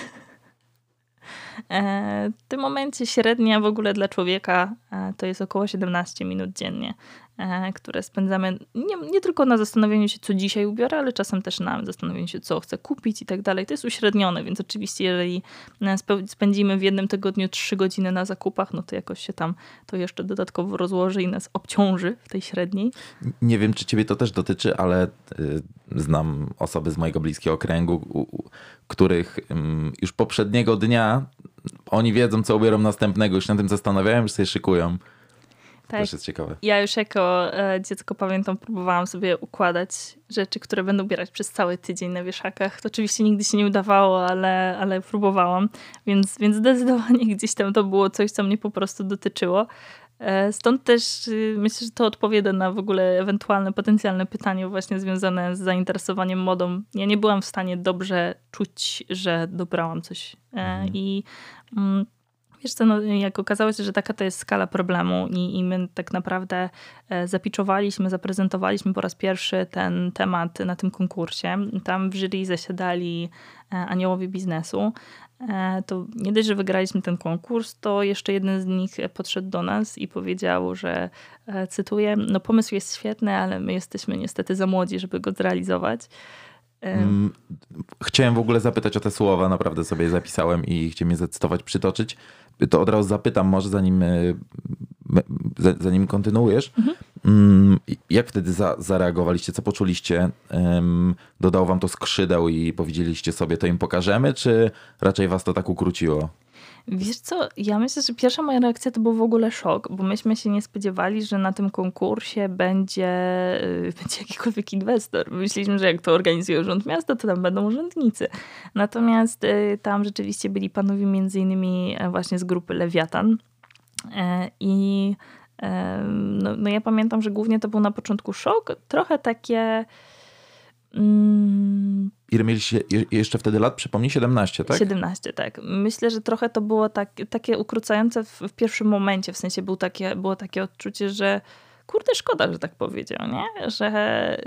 W tym momencie średnia w ogóle dla człowieka to jest około 17 minut dziennie, które spędzamy nie tylko na zastanowieniu się, co dzisiaj ubiorę, ale czasem też na zastanowieniu się, co chcę kupić i tak dalej. To jest uśrednione, więc oczywiście jeżeli spędzimy w jednym tygodniu 3 godziny na zakupach, no to jakoś się tam to jeszcze dodatkowo rozłoży i nas obciąży w tej średniej. Nie wiem, czy ciebie to też dotyczy, ale znam osoby z mojego bliskiego kręgu, których już poprzedniego dnia oni wiedzą, co ubiorą następnego, już na tym zastanawiają, już sobie szykują. Tak. To też jest ciekawe. Ja już jako dziecko pamiętam, próbowałam sobie układać rzeczy, które będę ubierać przez cały tydzień na wieszakach. To oczywiście nigdy się nie udawało, ale próbowałam. Więc zdecydowanie gdzieś tam to było coś, co mnie po prostu dotyczyło. Stąd też myślę, że to odpowiada na w ogóle ewentualne potencjalne pytanie właśnie związane z zainteresowaniem modą. Ja nie byłam w stanie dobrze czuć, że dobrałam coś. I wiesz co, no, jak okazało się, że taka to jest skala problemu i my tak naprawdę zaprezentowaliśmy po raz pierwszy ten temat na tym konkursie. Tam w jury zasiadali aniołowie biznesu. To nie dość, że wygraliśmy ten konkurs, to jeszcze jeden z nich podszedł do nas i powiedział, że, cytuję, no pomysł jest świetny, ale my jesteśmy niestety za młodzi, żeby go zrealizować. Chciałem w ogóle zapytać o te słowa, naprawdę sobie je zapisałem i chciałem je zdecydować przytoczyć. To od razu zapytam może, zanim kontynuujesz. Jak wtedy zareagowaliście? Co poczuliście? Dodało wam to skrzydeł i powiedzieliście sobie, to im pokażemy, czy raczej was to tak ukróciło? Wiesz co, ja myślę, że pierwsza moja reakcja to był w ogóle szok, bo myśmy się nie spodziewali, że na tym konkursie będzie jakikolwiek inwestor. Myśleliśmy, że jak to organizuje Urząd Miasta, to tam będą urzędnicy. Natomiast tam rzeczywiście byli panowie między innymi właśnie z grupy Lewiatan i no ja pamiętam, że głównie to był na początku szok, trochę takie... Ile mieliście jeszcze wtedy lat? Przypomnij, 17, tak? 17, tak. Myślę, że trochę to było takie ukrócające w pierwszym momencie. W sensie było takie odczucie, że kurde, szkoda, że tak powiedział, nie? Że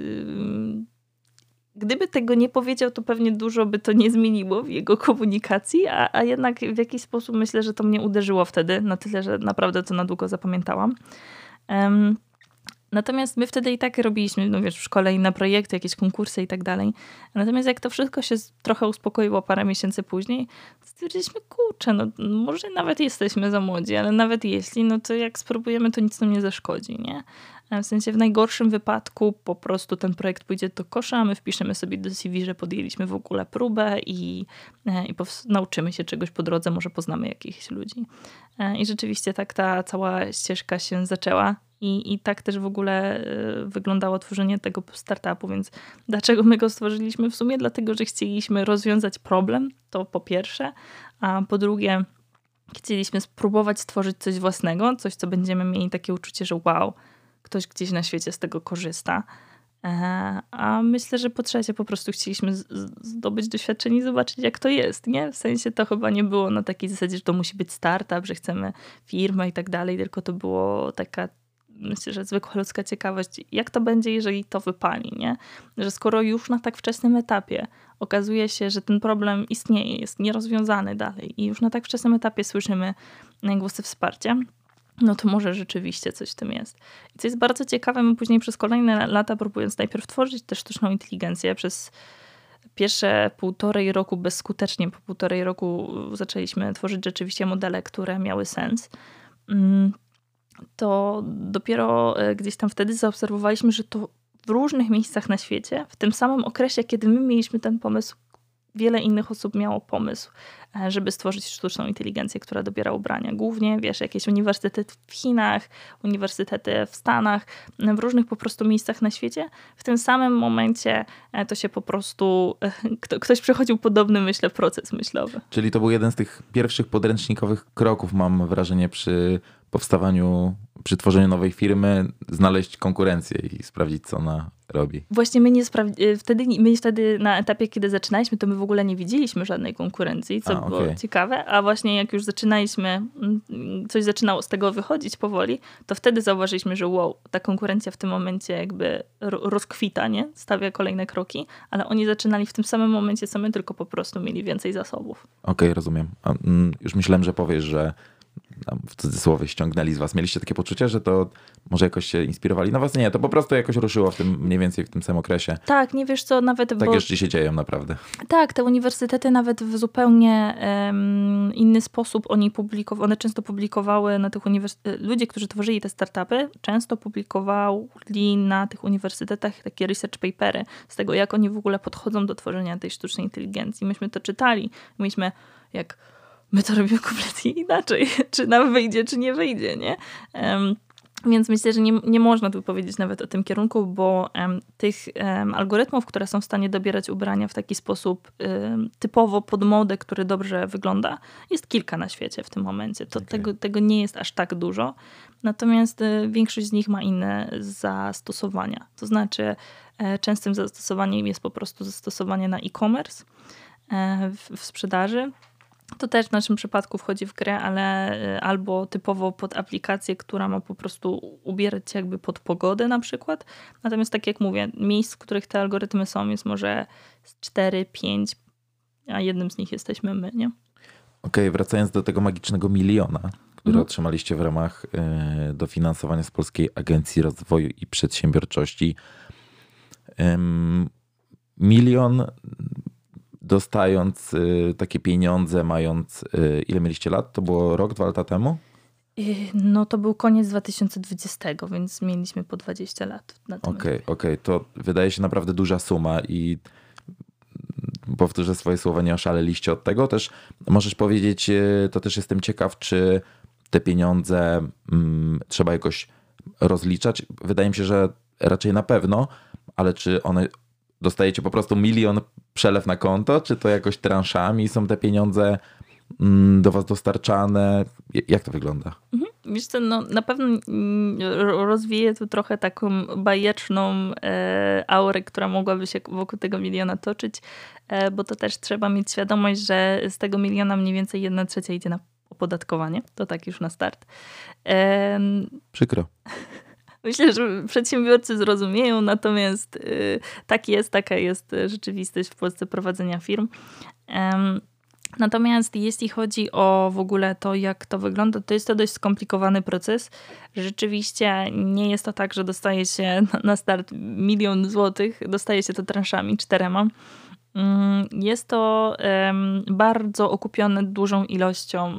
gdyby tego nie powiedział, to pewnie dużo by to nie zmieniło w jego komunikacji, a jednak w jakiś sposób myślę, że to mnie uderzyło wtedy, na tyle, że naprawdę to na długo zapamiętałam. Natomiast my wtedy i tak robiliśmy, no wiesz, w szkole inne projekty, jakieś konkursy i tak dalej. Natomiast jak to wszystko się trochę uspokoiło parę miesięcy później, stwierdziliśmy, kurczę, no może nawet jesteśmy za młodzi, ale nawet jeśli, no to jak spróbujemy, to nic nam nie zaszkodzi, nie? W sensie w najgorszym wypadku po prostu ten projekt pójdzie do kosza, a my wpiszemy sobie do CV, że podjęliśmy w ogóle próbę i nauczymy się czegoś po drodze, może poznamy jakichś ludzi. I rzeczywiście tak ta cała ścieżka się zaczęła. I tak też w ogóle wyglądało tworzenie tego startupu, więc dlaczego my go stworzyliśmy? W sumie dlatego, że chcieliśmy rozwiązać problem, to po pierwsze, a po drugie chcieliśmy spróbować stworzyć coś własnego, coś, co będziemy mieli takie uczucie, że wow, ktoś gdzieś na świecie z tego korzysta. A myślę, że po trzecie po prostu chcieliśmy zdobyć doświadczenie i zobaczyć, jak to jest, nie? W sensie to chyba nie było na takiej zasadzie, że to musi być startup, że chcemy firmę i tak dalej, tylko to było taka myślę, że zwykła ludzka ciekawość, jak to będzie, jeżeli to wypali, nie? Że skoro już na tak wczesnym etapie okazuje się, że ten problem istnieje, jest nierozwiązany dalej i już na tak wczesnym etapie słyszymy głosy wsparcia, no to może rzeczywiście coś w tym jest. I co jest bardzo ciekawe, my później przez kolejne lata, próbując najpierw tworzyć tę sztuczną inteligencję, przez pierwsze 1,5 roku bezskutecznie, po 1,5 roku zaczęliśmy tworzyć rzeczywiście modele, które miały sens. To dopiero gdzieś tam wtedy zaobserwowaliśmy, że to w różnych miejscach na świecie, w tym samym okresie, kiedy my mieliśmy ten pomysł, wiele innych osób miało pomysł, żeby stworzyć sztuczną inteligencję, która dobiera ubrania. Głównie, jakieś uniwersytety w Chinach, uniwersytety w Stanach, w różnych po prostu miejscach na świecie. W tym samym momencie to się po prostu, ktoś przechodził podobny, myślę, proces myślowy. Czyli to był jeden z tych pierwszych podręcznikowych kroków, mam wrażenie, przy powstawaniu, przy tworzeniu nowej firmy, znaleźć konkurencję i sprawdzić, co ona robi. Właśnie my wtedy na etapie, kiedy zaczynaliśmy, to my w ogóle nie widzieliśmy żadnej konkurencji, co było ciekawe, a właśnie jak już zaczynaliśmy, coś zaczynało z tego wychodzić powoli, to wtedy zauważyliśmy, że ta konkurencja w tym momencie jakby rozkwita, nie? Stawia kolejne kroki, ale oni zaczynali w tym samym momencie, co my, tylko po prostu mieli więcej zasobów. Okej, rozumiem. Już myślałem, że powiesz, że w cudzysłowie ściągnęli z was. Mieliście takie poczucie, że to może jakoś się inspirowali? No was nie, to po prostu jakoś ruszyło mniej więcej w tym samym okresie. Tak, nie wiesz co, nawet... Takie rzeczy się dzieją naprawdę. Tak, te uniwersytety nawet w zupełnie inny sposób one często publikowały na tych ludzie, którzy tworzyli te startupy, często publikowali na tych uniwersytetach takie research papery z tego, jak oni w ogóle podchodzą do tworzenia tej sztucznej inteligencji. Myśmy to czytali. Myśmy my to robimy kompletnie inaczej. Czy nam wyjdzie, czy nie wyjdzie, nie? Więc myślę, że nie można tu powiedzieć nawet o tym kierunku, bo tych algorytmów, które są w stanie dobierać ubrania w taki sposób typowo pod modę, który dobrze wygląda, jest kilka na świecie w tym momencie. Tego nie jest aż tak dużo. Natomiast większość z nich ma inne zastosowania. To znaczy częstym zastosowaniem jest po prostu zastosowanie na e-commerce w sprzedaży. To też w naszym przypadku wchodzi w grę, ale albo typowo pod aplikację, która ma po prostu ubierać się jakby pod pogodę na przykład. Natomiast tak jak mówię, miejsc, w których te algorytmy są, jest może 4, 5, a jednym z nich jesteśmy my, nie? Okej, wracając do tego magicznego 1 000 000, który otrzymaliście w ramach dofinansowania z Polskiej Agencji Rozwoju i Przedsiębiorczości. 1 000 000 dostając takie pieniądze, mając... Ile mieliście lat? To było rok, 2 lata temu? No to był koniec 2020, więc mieliśmy po 20 lat. Okej. To wydaje się naprawdę duża suma i powtórzę swoje słowa, nie oszaleliście od tego. Też możesz powiedzieć, to też jestem ciekaw, czy te pieniądze trzeba jakoś rozliczać. Wydaje mi się, że raczej na pewno, ale czy one... Dostajecie po prostu 1 000 000 przelew na konto, czy to jakoś transzami są te pieniądze do was dostarczane? Jak to wygląda? Wiesz co, no, na pewno rozwieje tu trochę taką bajeczną aurę, która mogłaby się wokół tego 1 000 000 toczyć, bo to też trzeba mieć świadomość, że z tego 1 000 000 mniej więcej 1/3 idzie na opodatkowanie. To tak już na start. Przykro. Myślę, że przedsiębiorcy zrozumieją, natomiast taka jest rzeczywistość w Polsce prowadzenia firm. Natomiast jeśli chodzi o w ogóle to, jak to wygląda, to jest to dość skomplikowany proces. Rzeczywiście nie jest to tak, że dostaje się na start 1 000 000 złotych, dostaje się to transzami 4. Jest to bardzo okupione dużą ilością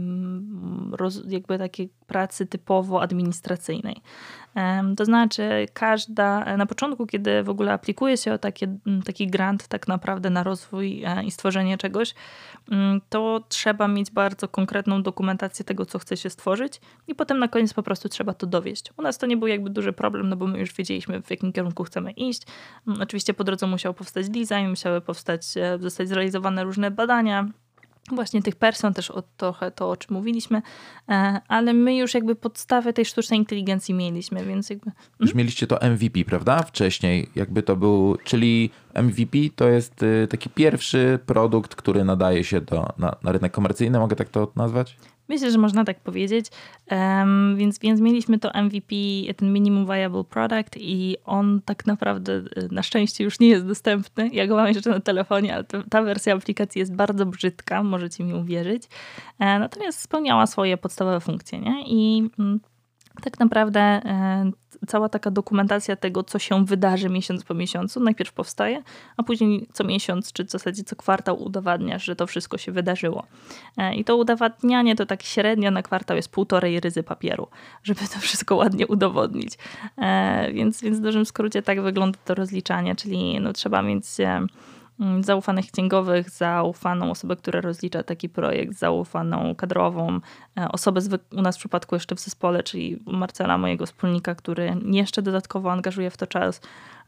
jakby takiej pracy typowo administracyjnej. To znaczy na początku, kiedy w ogóle aplikuje się o taki grant tak naprawdę na rozwój i stworzenie czegoś, to trzeba mieć bardzo konkretną dokumentację tego, co chce się stworzyć i potem na koniec po prostu trzeba to dowieść. U nas to nie był jakby duży problem, no bo my już wiedzieliśmy, w jakim kierunku chcemy iść. Oczywiście po drodze musiał powstać design, musiały zostać zrealizowane różne badania, właśnie tych person, też trochę to, o czym mówiliśmy, ale my już jakby podstawę tej sztucznej inteligencji mieliśmy, więc jakby... Już mieliście to MVP, prawda? Wcześniej jakby to był, czyli MVP to jest taki pierwszy produkt, który nadaje się na rynek komercyjny, mogę tak to nazwać? Myślę, że można tak powiedzieć. Więc mieliśmy to MVP, ten Minimum Viable Product i on tak naprawdę na szczęście już nie jest dostępny. Ja go mam jeszcze na telefonie, ale ta wersja aplikacji jest bardzo brzydka, możecie mi uwierzyć. Natomiast spełniała swoje podstawowe funkcje, nie? I tak naprawdę cała taka dokumentacja tego, co się wydarzy miesiąc po miesiącu, najpierw powstaje, a później co miesiąc, czy w zasadzie co kwartał udowadniasz, że to wszystko się wydarzyło. I to udowadnianie to tak średnio na kwartał jest 1,5 ryzy papieru, żeby to wszystko ładnie udowodnić. Więc w dużym skrócie tak wygląda to rozliczanie, czyli no, trzeba mieć zaufanych księgowych, zaufaną osobę, która rozlicza taki projekt, zaufaną kadrową, osobę u nas w przypadku jeszcze w zespole, czyli Marcela, mojego wspólnika, który jeszcze dodatkowo angażuje w to czas.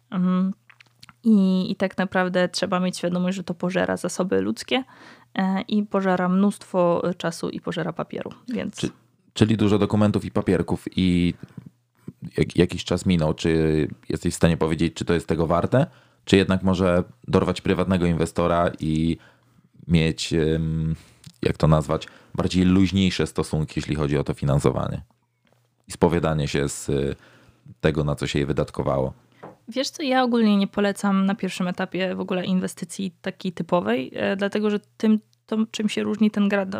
I tak naprawdę trzeba mieć świadomość, że to pożera zasoby ludzkie i pożera mnóstwo czasu i pożera papieru. Więc... Czyli dużo dokumentów i papierków i jakiś czas minął. Czy jesteś w stanie powiedzieć, czy to jest tego warte? Czy jednak może dorwać prywatnego inwestora i mieć, jak to nazwać, bardziej luźniejsze stosunki, jeśli chodzi o to finansowanie i spowiadanie się z tego, na co się je wydatkowało? Wiesz co, ja ogólnie nie polecam na pierwszym etapie w ogóle inwestycji takiej typowej, dlatego że czym się różni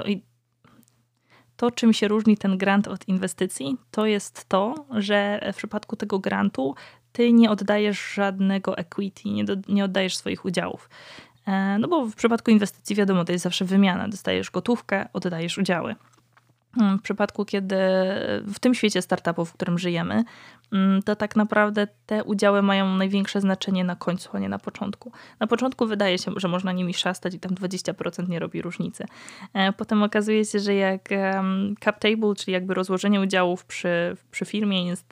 ten grant od inwestycji, to jest to, że w przypadku tego grantu ty nie oddajesz żadnego equity, nie oddajesz swoich udziałów. No bo w przypadku inwestycji wiadomo, to jest zawsze wymiana. Dostajesz gotówkę, oddajesz udziały. W przypadku, kiedy w tym świecie startupów, w którym żyjemy, to tak naprawdę te udziały mają największe znaczenie na końcu, a nie na początku. Na początku wydaje się, że można nimi szastać i tam 20% nie robi różnicy. Potem okazuje się, że jak cap table, czyli jakby rozłożenie udziałów przy firmie jest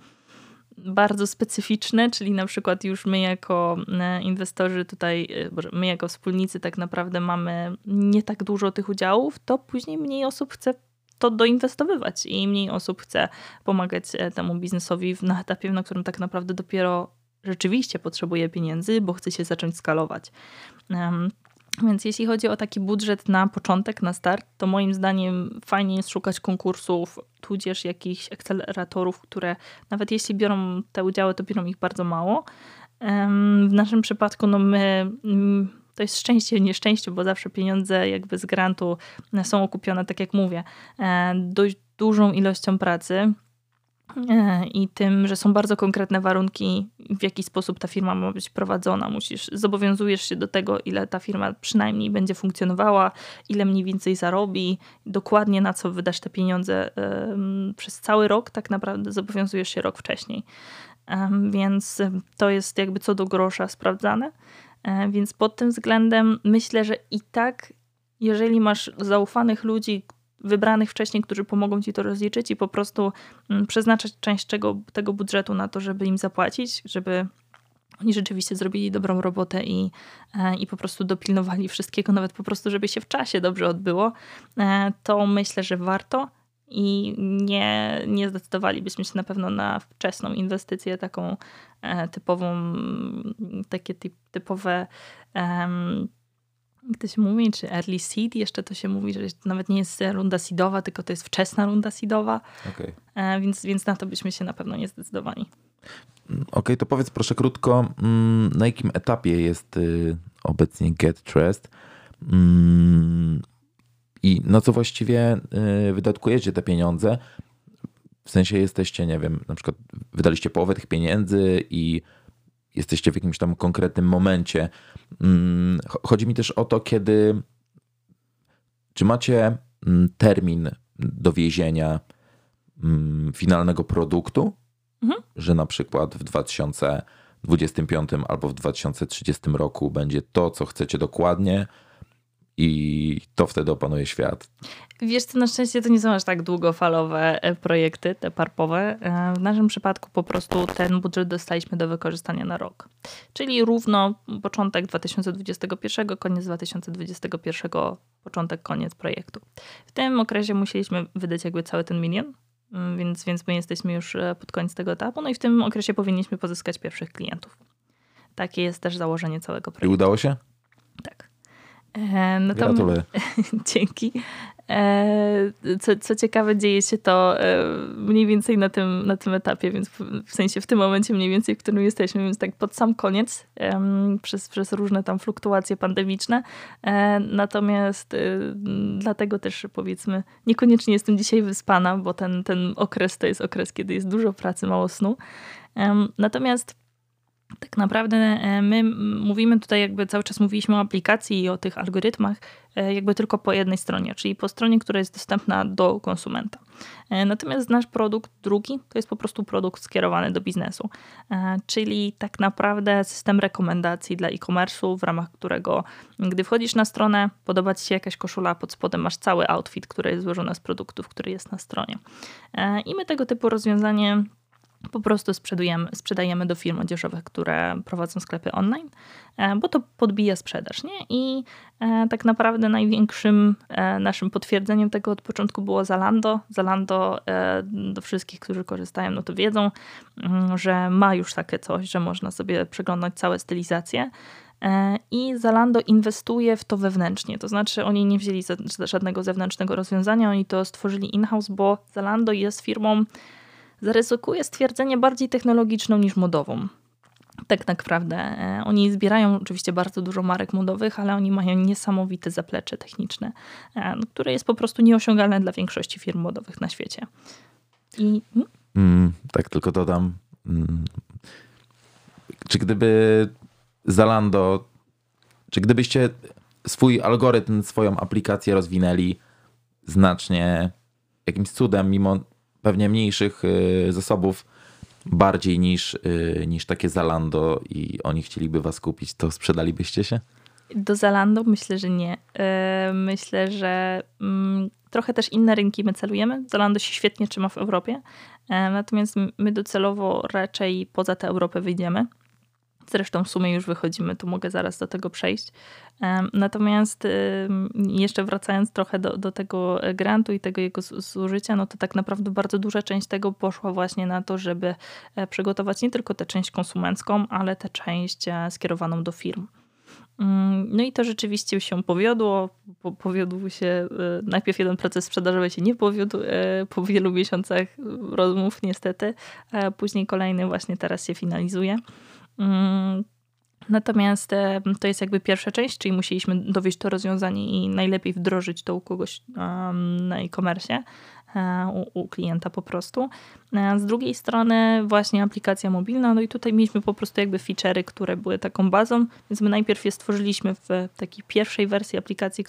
bardzo specyficzne, czyli na przykład już my jako inwestorzy tutaj, my jako wspólnicy tak naprawdę mamy nie tak dużo tych udziałów, to później mniej osób chce to doinwestowywać i mniej osób chce pomagać temu biznesowi na etapie, na którym tak naprawdę dopiero rzeczywiście potrzebuje pieniędzy, bo chce się zacząć skalować. Więc jeśli chodzi o taki budżet na początek, na start, to moim zdaniem fajnie jest szukać konkursów, tudzież jakichś akceleratorów, które nawet jeśli biorą te udziały, to biorą ich bardzo mało. W naszym przypadku to jest szczęście w nieszczęściu, bo zawsze pieniądze jakby z grantu są okupione, tak jak mówię, dość dużą ilością pracy i tym, że są bardzo konkretne warunki, w jaki sposób ta firma ma być prowadzona. Zobowiązujesz się do tego, ile ta firma przynajmniej będzie funkcjonowała, ile mniej więcej zarobi, dokładnie na co wydasz te pieniądze przez cały rok, tak naprawdę zobowiązujesz się rok wcześniej. Więc to jest jakby co do grosza sprawdzane. Więc pod tym względem myślę, że i tak, jeżeli masz zaufanych ludzi, wybranych wcześniej, którzy pomogą ci to rozliczyć i po prostu przeznaczać część tego budżetu na to, żeby im zapłacić, żeby oni rzeczywiście zrobili dobrą robotę i po prostu dopilnowali wszystkiego, nawet po prostu, żeby się w czasie dobrze odbyło, to myślę, że warto i nie zdecydowalibyśmy się na pewno na wczesną inwestycję taką typową, takie typowe jak to się mówi, czy early seed, jeszcze to się mówi, że to nawet nie jest runda seedowa, tylko to jest wczesna runda seedowa, okay. Więc na to byśmy się na pewno nie zdecydowali. Okej, to powiedz proszę krótko, na jakim etapie jest obecnie GetTrust i na co właściwie wydatkujecie te pieniądze? W sensie jesteście, nie wiem, na przykład wydaliście połowę tych pieniędzy i jesteście w jakimś tam konkretnym momencie. Chodzi mi też o to, czy macie termin dowiezienia finalnego produktu, że na przykład w 2025 albo w 2030 roku będzie to, co chcecie dokładnie i to wtedy opanuje świat. Wiesz co, na szczęście to nie są aż tak długofalowe projekty, te parpowe. W naszym przypadku po prostu ten budżet dostaliśmy do wykorzystania na rok. Czyli równo początek 2021, koniec 2021, początek, koniec projektu. W tym okresie musieliśmy wydać jakby cały ten milion, więc my jesteśmy już pod koniec tego etapu. No i w tym okresie powinniśmy pozyskać pierwszych klientów. Takie jest też założenie całego projektu. I udało się? Tak. Gratuluję. Dzięki. Co ciekawe, dzieje się to mniej więcej na tym etapie, więc w sensie w tym momencie mniej więcej, w którym jesteśmy, więc tak pod sam koniec, przez różne tam fluktuacje pandemiczne. Natomiast dlatego też powiedzmy, niekoniecznie jestem dzisiaj wyspana, bo ten okres to jest okres, kiedy jest dużo pracy, mało snu. Natomiast tak naprawdę my mówimy tutaj, jakby cały czas mówiliśmy o aplikacji i o tych algorytmach jakby tylko po jednej stronie, czyli po stronie, która jest dostępna do konsumenta. Natomiast nasz produkt drugi to jest po prostu produkt skierowany do biznesu, czyli tak naprawdę system rekomendacji dla e-commerce'u, w ramach którego gdy wchodzisz na stronę, podoba ci się jakaś koszula, pod spodem masz cały outfit, który jest złożony z produktów, który jest na stronie. I my tego typu rozwiązanie po prostu sprzedajemy do firm odzieżowych, które prowadzą sklepy online, bo to podbija sprzedaż, nie? I tak naprawdę największym naszym potwierdzeniem tego od początku było Zalando. Zalando do wszystkich, którzy korzystają, no to wiedzą, że ma już takie coś, że można sobie przeglądać całe stylizacje. I Zalando inwestuje w to wewnętrznie, to znaczy oni nie wzięli żadnego zewnętrznego rozwiązania, oni to stworzyli in-house, bo Zalando jest firmą, zaryzykuję stwierdzenie, bardziej technologiczną niż modową. Tak naprawdę. Oni zbierają oczywiście bardzo dużo marek modowych, ale oni mają niesamowite zaplecze techniczne, które jest po prostu nieosiągalne dla większości firm modowych na świecie. Tak, tylko dodam. Czy gdyby Zalando, czy gdybyście swój algorytm, swoją aplikację rozwinęli znacznie, jakimś cudem, mimo pewnie mniejszych zasobów, bardziej niż takie Zalando i oni chcieliby was kupić, to sprzedalibyście się? Do Zalando myślę, że nie. Myślę, że trochę też inne rynki my celujemy. Zalando się świetnie trzyma w Europie, natomiast my docelowo raczej poza tę Europę wyjdziemy. Zresztą w sumie już wychodzimy, tu mogę zaraz do tego przejść. Natomiast jeszcze wracając trochę do tego grantu i tego jego zużycia, no to tak naprawdę bardzo duża część tego poszła właśnie na to, żeby przygotować nie tylko tę część konsumencką, ale tę część skierowaną do firm. No i to rzeczywiście się powiodło. Powiódł się, najpierw jeden proces sprzedażowy się nie powiódł po wielu miesiącach rozmów niestety. Później kolejny właśnie teraz się finalizuje. Natomiast to jest jakby pierwsza część, czyli musieliśmy dowieść to rozwiązanie i najlepiej wdrożyć to u kogoś na e-commerce, u klienta po prostu. Z drugiej strony właśnie aplikacja mobilna, no i tutaj mieliśmy po prostu jakby feature'y, które były taką bazą, więc my najpierw je stworzyliśmy w takiej pierwszej wersji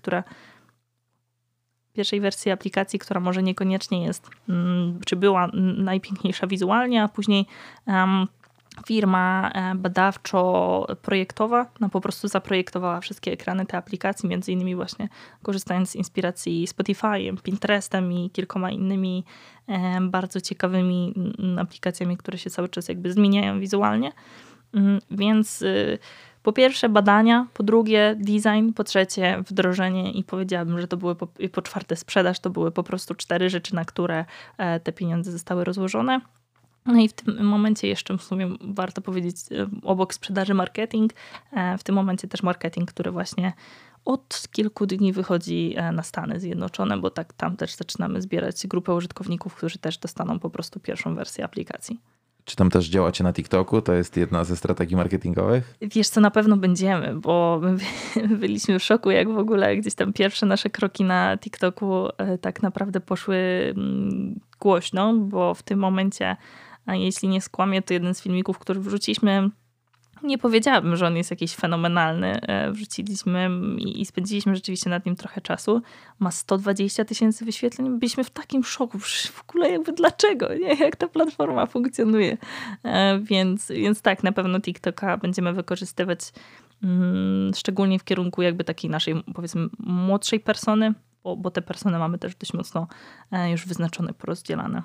aplikacji, która może niekoniecznie jest, czy była najpiękniejsza wizualnie, a później firma badawczo-projektowa po prostu zaprojektowała wszystkie ekrany tej aplikacji, między innymi właśnie korzystając z inspiracji Spotify'em, Pinterestem i kilkoma innymi bardzo ciekawymi aplikacjami, które się cały czas jakby zmieniają wizualnie. Więc po pierwsze badania, po drugie design, po trzecie wdrożenie i powiedziałabym, że to były po czwarte sprzedaż, to były po prostu 4 rzeczy, na które te pieniądze zostały rozłożone. No i w tym momencie jeszcze w sumie warto powiedzieć obok sprzedaży marketing, w tym momencie też marketing, który właśnie od kilku dni wychodzi na Stany Zjednoczone, bo tak tam też zaczynamy zbierać grupę użytkowników, którzy też dostaną po prostu pierwszą wersję aplikacji. Czy tam też działacie na TikToku? To jest jedna ze strategii marketingowych? Wiesz co, na pewno będziemy, bo my byliśmy w szoku, jak w ogóle gdzieś tam pierwsze nasze kroki na TikToku tak naprawdę poszły głośno, bo w tym momencie, a jeśli nie skłamię, to jeden z filmików, który wrzuciliśmy, nie powiedziałabym, że on jest jakiś fenomenalny. Wrzuciliśmy i spędziliśmy rzeczywiście nad nim trochę czasu. Ma 120 000 wyświetleń. Byliśmy w takim szoku. W ogóle jakby dlaczego? Nie? Jak ta platforma funkcjonuje. Więc tak, na pewno TikToka będziemy wykorzystywać szczególnie w kierunku jakby takiej naszej, powiedzmy, młodszej persony, bo te persony mamy też dość mocno już wyznaczone, porozdzielane.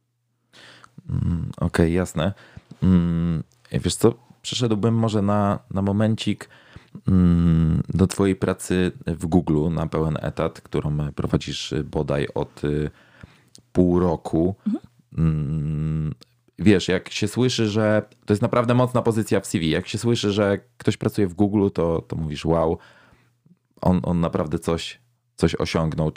Okej, jasne. Wiesz co? Przeszedłbym może na momencik do twojej pracy w Google na pełen etat, którą prowadzisz bodaj od pół roku. Wiesz, jak się słyszy, że to jest naprawdę mocna pozycja w CV, jak się słyszy, że ktoś pracuje w Google, to mówisz wow, on naprawdę coś osiągnął.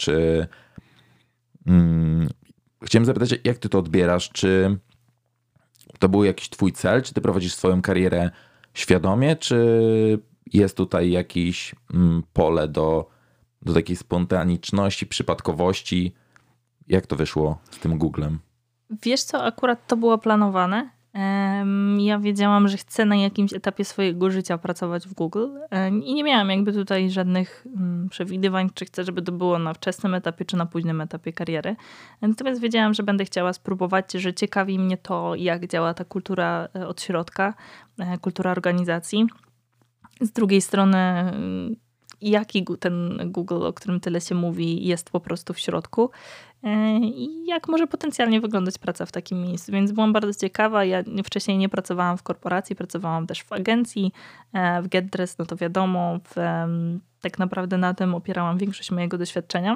Chciałem zapytać, jak ty to odbierasz? Czy to był jakiś twój cel? Czy ty prowadzisz swoją karierę świadomie? Czy jest tutaj jakieś pole do takiej spontaniczności, przypadkowości? Jak to wyszło z tym Googlem? Wiesz co, akurat to było planowane. Ja wiedziałam, że chcę na jakimś etapie swojego życia pracować w Google i nie miałam jakby tutaj żadnych przewidywań, czy chcę, żeby to było na wczesnym etapie, czy na późnym etapie kariery. Natomiast wiedziałam, że będę chciała spróbować, że ciekawi mnie to, jak działa ta kultura od środka, kultura organizacji. Z drugiej strony, jaki ten Google, o którym tyle się mówi, jest po prostu w środku i jak może potencjalnie wyglądać praca w takim miejscu. Więc byłam bardzo ciekawa. Ja wcześniej nie pracowałam w korporacji, pracowałam też w agencji, w GetDress, no to wiadomo, tak naprawdę na tym opierałam większość mojego doświadczenia.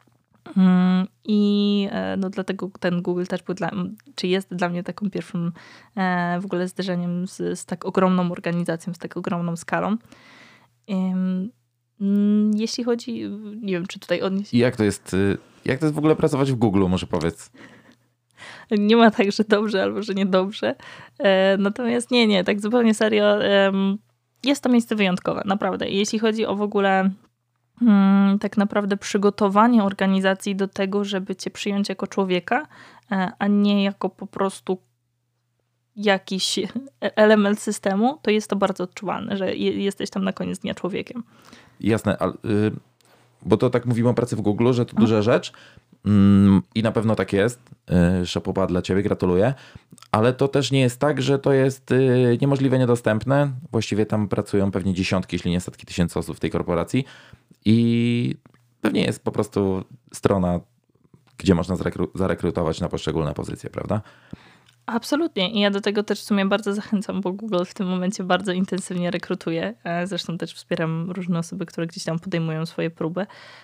I no dlatego ten Google też był jest dla mnie taką pierwszym w ogóle zderzeniem z tak ogromną organizacją, z tak ogromną skalą. Jeśli chodzi, nie wiem, czy tutaj odnieść. I jak to jest w ogóle pracować w Google, może powiedz? Nie ma tak, że dobrze albo że niedobrze. Natomiast nie, tak zupełnie serio. Jest to miejsce wyjątkowe, naprawdę. Jeśli chodzi o w ogóle tak naprawdę przygotowanie organizacji do tego, żeby cię przyjąć jako człowieka, a nie jako po prostu jakiś element systemu, to jest to bardzo odczuwalne, że jesteś tam na koniec dnia człowiekiem. Jasne, bo to tak mówimy o pracy w Google, że to duża rzecz i na pewno tak jest. Szapoba dla ciebie, gratuluję. Ale to też nie jest tak, że to jest niemożliwe, niedostępne. Właściwie tam pracują pewnie dziesiątki, jeśli nie setki tysięcy osób w tej korporacji i pewnie jest po prostu strona, gdzie można zarekrutować na poszczególne pozycje, prawda? Absolutnie. I ja do tego też w sumie bardzo zachęcam, bo Google w tym momencie bardzo intensywnie rekrutuje. Zresztą też wspieram różne osoby, które gdzieś tam podejmują swoje próby.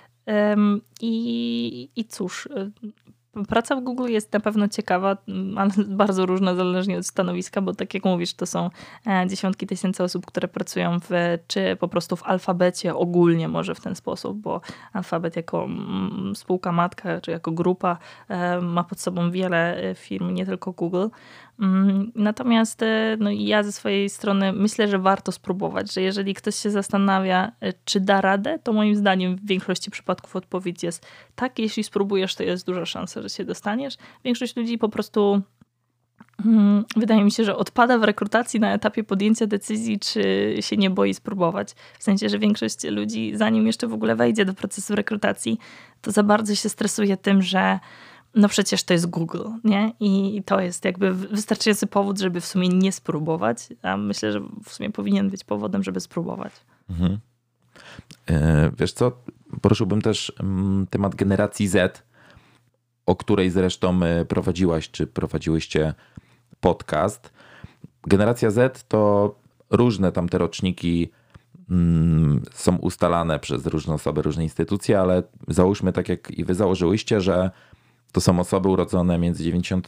I cóż, praca w Google jest na pewno ciekawa, ale bardzo różna zależnie od stanowiska, bo tak jak mówisz, to są dziesiątki tysięcy osób, które pracują czy po prostu w Alfabecie ogólnie może w ten sposób, bo Alfabet jako spółka matka, czy jako grupa ma pod sobą wiele firm, nie tylko Google. Natomiast no, ja ze swojej strony myślę, że warto spróbować, że jeżeli ktoś się zastanawia, czy da radę, to moim zdaniem w większości przypadków odpowiedź jest tak, jeśli spróbujesz, to jest duża szansa, że się dostaniesz. Większość ludzi po prostu wydaje mi się, że odpada w rekrutacji na etapie podjęcia decyzji, czy się nie boi spróbować. W sensie, że większość ludzi, zanim jeszcze w ogóle wejdzie do procesu rekrutacji, to za bardzo się stresuje tym, że no przecież to jest Google, nie? I to jest jakby wystarczający powód, żeby w sumie nie spróbować. A myślę, że w sumie powinien być powodem, żeby spróbować. Mhm. Wiesz co, poruszyłbym też temat generacji Z, o której zresztą prowadziłaś, czy prowadziłyście podcast. Generacja Z to różne tam te roczniki są ustalane przez różne osoby, różne instytucje, ale załóżmy tak jak i wy założyłyście, że to są osoby urodzone między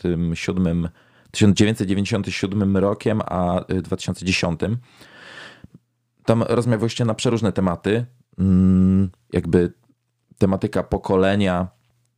1997 rokiem a 2010. Tam rozmawiałyście na przeróżne tematy. Jakby tematyka pokolenia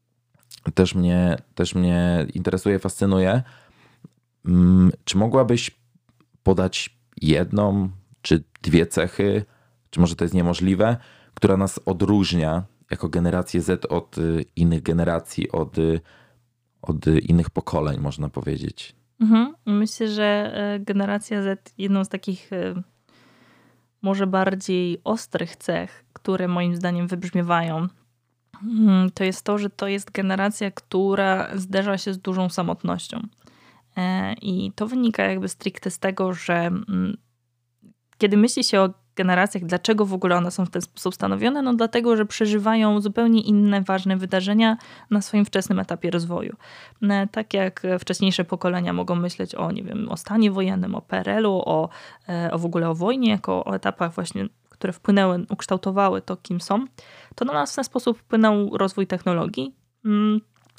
też mnie interesuje, fascynuje. Czy mogłabyś podać jedną czy dwie cechy, czy może to jest niemożliwe, która nas odróżnia jako generację Z od innych generacji, od innych pokoleń, można powiedzieć? Myślę, że generacja Z, jedną z takich może bardziej ostrych cech, które moim zdaniem wybrzmiewają, to jest to, że to jest generacja, która zderza się z dużą samotnością. I to wynika jakby stricte z tego, że kiedy myśli się o generacjach, dlaczego w ogóle one są w ten sposób stanowione? No dlatego, że przeżywają zupełnie inne ważne wydarzenia na swoim wczesnym etapie rozwoju. Tak jak wcześniejsze pokolenia mogą myśleć o, nie wiem, o stanie wojennym, o PRL-u, o w ogóle o wojnie, jako o etapach właśnie, które wpłynęły, ukształtowały to, kim są, to na nas w ten sposób wpłynął rozwój technologii.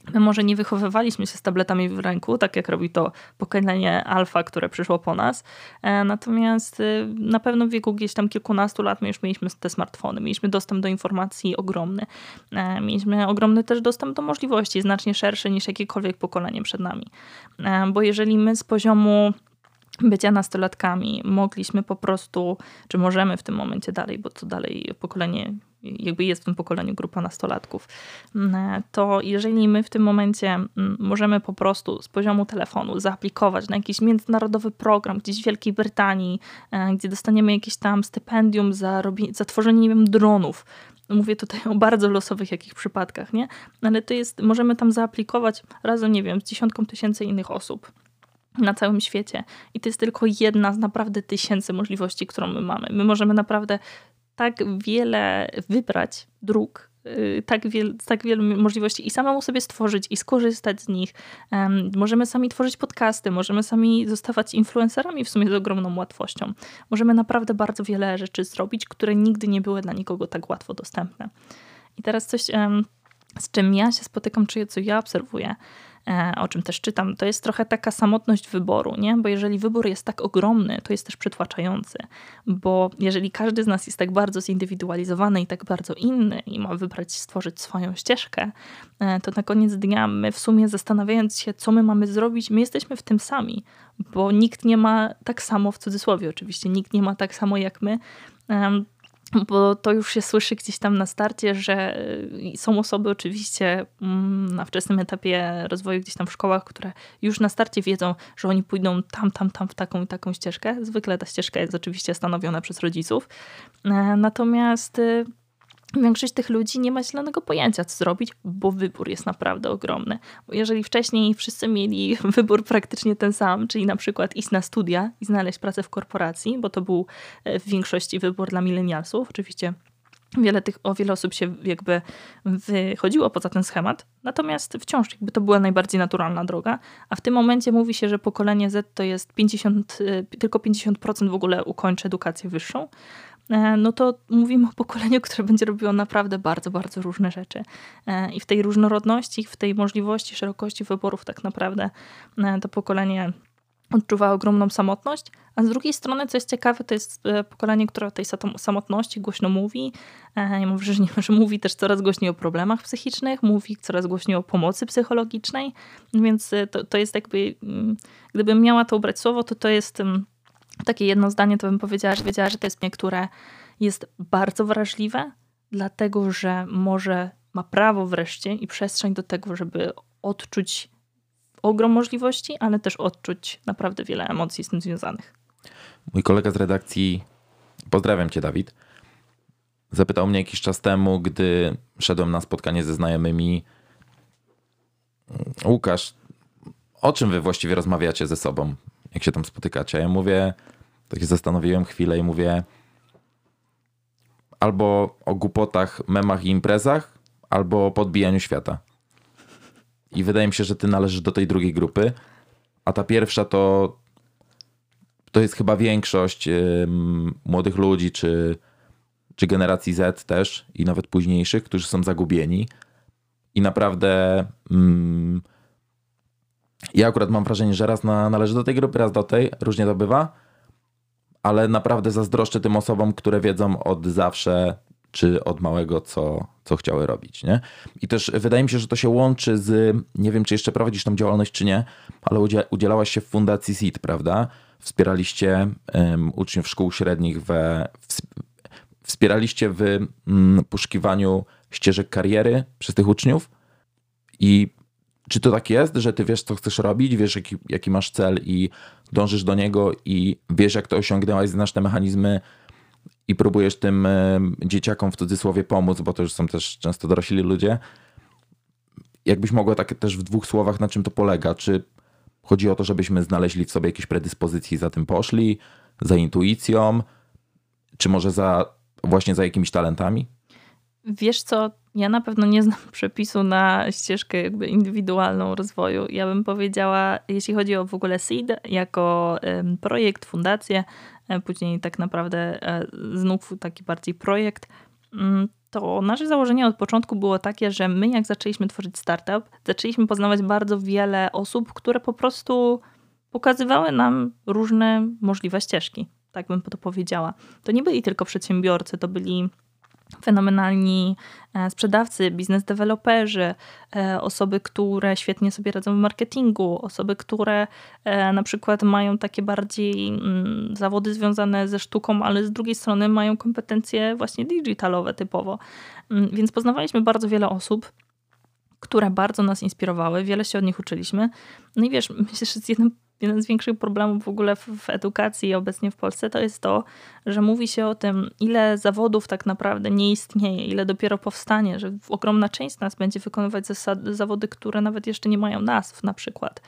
My może nie wychowywaliśmy się z tabletami w ręku, tak jak robi to pokolenie alfa, które przyszło po nas. Natomiast na pewno w wieku gdzieś tam kilkunastu lat my już mieliśmy te smartfony. Mieliśmy dostęp do informacji ogromny. Mieliśmy ogromny też dostęp do możliwości, znacznie szerszy niż jakiekolwiek pokolenie przed nami. Bo jeżeli my z poziomu bycia nastolatkami mogliśmy po prostu, czy możemy w tym momencie dalej, bo to dalej pokolenie, jakby jest w tym pokoleniu grupa nastolatków, to jeżeli my w tym momencie możemy po prostu z poziomu telefonu zaaplikować na jakiś międzynarodowy program gdzieś w Wielkiej Brytanii, gdzie dostaniemy jakieś tam stypendium za tworzenie, nie wiem, dronów. Mówię tutaj o bardzo losowych jakich przypadkach, nie? Ale to jest, możemy tam zaaplikować razem, nie wiem, z dziesiątką tysięcy innych osób na całym świecie. I to jest tylko jedna z naprawdę tysięcy możliwości, którą my mamy. My możemy naprawdę tak wiele wybrać dróg, tak wiele możliwości i samemu sobie stworzyć i skorzystać z nich. Możemy sami tworzyć podcasty, możemy sami zostawać influencerami w sumie z ogromną łatwością. Możemy naprawdę bardzo wiele rzeczy zrobić, które nigdy nie były dla nikogo tak łatwo dostępne. I teraz coś, z czym ja się spotykam, czy co ja obserwuję, o czym też czytam, to jest trochę taka samotność wyboru, nie? Bo jeżeli wybór jest tak ogromny, to jest też przytłaczający, bo jeżeli każdy z nas jest tak bardzo zindywidualizowany i tak bardzo inny i ma wybrać, stworzyć swoją ścieżkę, to na koniec dnia my w sumie zastanawiając się, co my mamy zrobić, my jesteśmy w tym sami, bo nikt nie ma tak samo, w cudzysłowie oczywiście, nikt nie ma tak samo jak my, bo to już się słyszy gdzieś tam na starcie, że są osoby oczywiście na wczesnym etapie rozwoju gdzieś tam w szkołach, które już na starcie wiedzą, że oni pójdą tam w taką i taką ścieżkę. Zwykle ta ścieżka jest oczywiście stanowiona przez rodziców. Natomiast większość tych ludzi nie ma zielonego pojęcia, co zrobić, bo wybór jest naprawdę ogromny. Bo jeżeli wcześniej wszyscy mieli wybór praktycznie ten sam, czyli na przykład iść na studia i znaleźć pracę w korporacji, bo to był w większości wybór dla milenialsów. Oczywiście o wiele osób się jakby wychodziło poza ten schemat, natomiast wciąż jakby to była najbardziej naturalna droga, a w tym momencie mówi się, że pokolenie Z to jest tylko 50% w ogóle ukończy edukację wyższą. No to mówimy o pokoleniu, które będzie robiło naprawdę bardzo, bardzo różne rzeczy. I w tej różnorodności, w tej możliwości, szerokości wyborów tak naprawdę to pokolenie odczuwa ogromną samotność, a z drugiej strony, co jest ciekawe, to jest pokolenie, które o tej samotności głośno mówi. Ja mam wrażenie, że mówi też coraz głośniej o problemach psychicznych, mówi coraz głośniej o pomocy psychologicznej, więc to jest jakby, gdybym miała to ubrać słowo, to jest takie jedno zdanie, to bym powiedziała, że to jest mnie, które jest bardzo wrażliwe, dlatego że ma prawo wreszcie i przestrzeń do tego, żeby odczuć ogrom możliwości, ale też odczuć naprawdę wiele emocji z tym związanych. Mój kolega z redakcji, pozdrawiam cię, Dawid, zapytał mnie jakiś czas temu, gdy szedłem na spotkanie ze znajomymi: Łukasz, o czym wy właściwie rozmawiacie ze sobą, jak się tam spotykacie? Ja mówię, tak się zastanowiłem chwilę i mówię, albo o głupotach, memach i imprezach, albo o podbijaniu świata. I wydaje mi się, że ty należysz do tej drugiej grupy, a ta pierwsza to jest chyba większość młodych ludzi, czy generacji Z też i nawet późniejszych, którzy są zagubieni. I naprawdę ja akurat mam wrażenie, że raz należę do tej grupy, raz do tej, różnie to bywa, ale naprawdę zazdroszczę tym osobom, które wiedzą od zawsze, czy od małego, co chciały robić, nie? I też wydaje mi się, że to się łączy z, nie wiem, czy jeszcze prowadzisz tą działalność, czy nie, ale udzielałaś się w Fundacji SEED, prawda? Wspieraliście uczniów szkół średnich, wspieraliście w poszukiwaniu ścieżek kariery przez tych uczniów. I czy to tak jest, że ty wiesz, co chcesz robić, wiesz, jaki masz cel i dążysz do niego i wiesz, jak to osiągnęłaś, znasz te mechanizmy i próbujesz tym dzieciakom w cudzysłowie pomóc, bo to już są też często dorośli ludzie. Jakbyś mogła tak też w 2 słowach, na czym to polega? Czy chodzi o to, żebyśmy znaleźli w sobie jakieś predyspozycje i za tym poszli, za intuicją, czy może właśnie za jakimiś talentami? Wiesz co, ja na pewno nie znam przepisu na ścieżkę jakby indywidualną rozwoju. Ja bym powiedziała, jeśli chodzi o w ogóle SEED jako projekt, fundację, później tak naprawdę znów taki bardziej projekt, to nasze założenie od początku było takie, że my jak zaczęliśmy tworzyć startup, zaczęliśmy poznawać bardzo wiele osób, które po prostu pokazywały nam różne możliwe ścieżki, tak bym to powiedziała. To nie byli tylko przedsiębiorcy, to byli fenomenalni sprzedawcy, biznes deweloperzy, osoby, które świetnie sobie radzą w marketingu, osoby, które na przykład mają takie bardziej zawody związane ze sztuką, ale z drugiej strony mają kompetencje właśnie digitalowe typowo. Więc poznawaliśmy bardzo wiele osób, które bardzo nas inspirowały, wiele się od nich uczyliśmy. No i wiesz, myślę, że jeden z większych problemów w ogóle w edukacji obecnie w Polsce to jest to, że mówi się o tym, ile zawodów tak naprawdę nie istnieje, ile dopiero powstanie, że ogromna część z nas będzie wykonywać zawody, które nawet jeszcze nie mają nazw na przykład.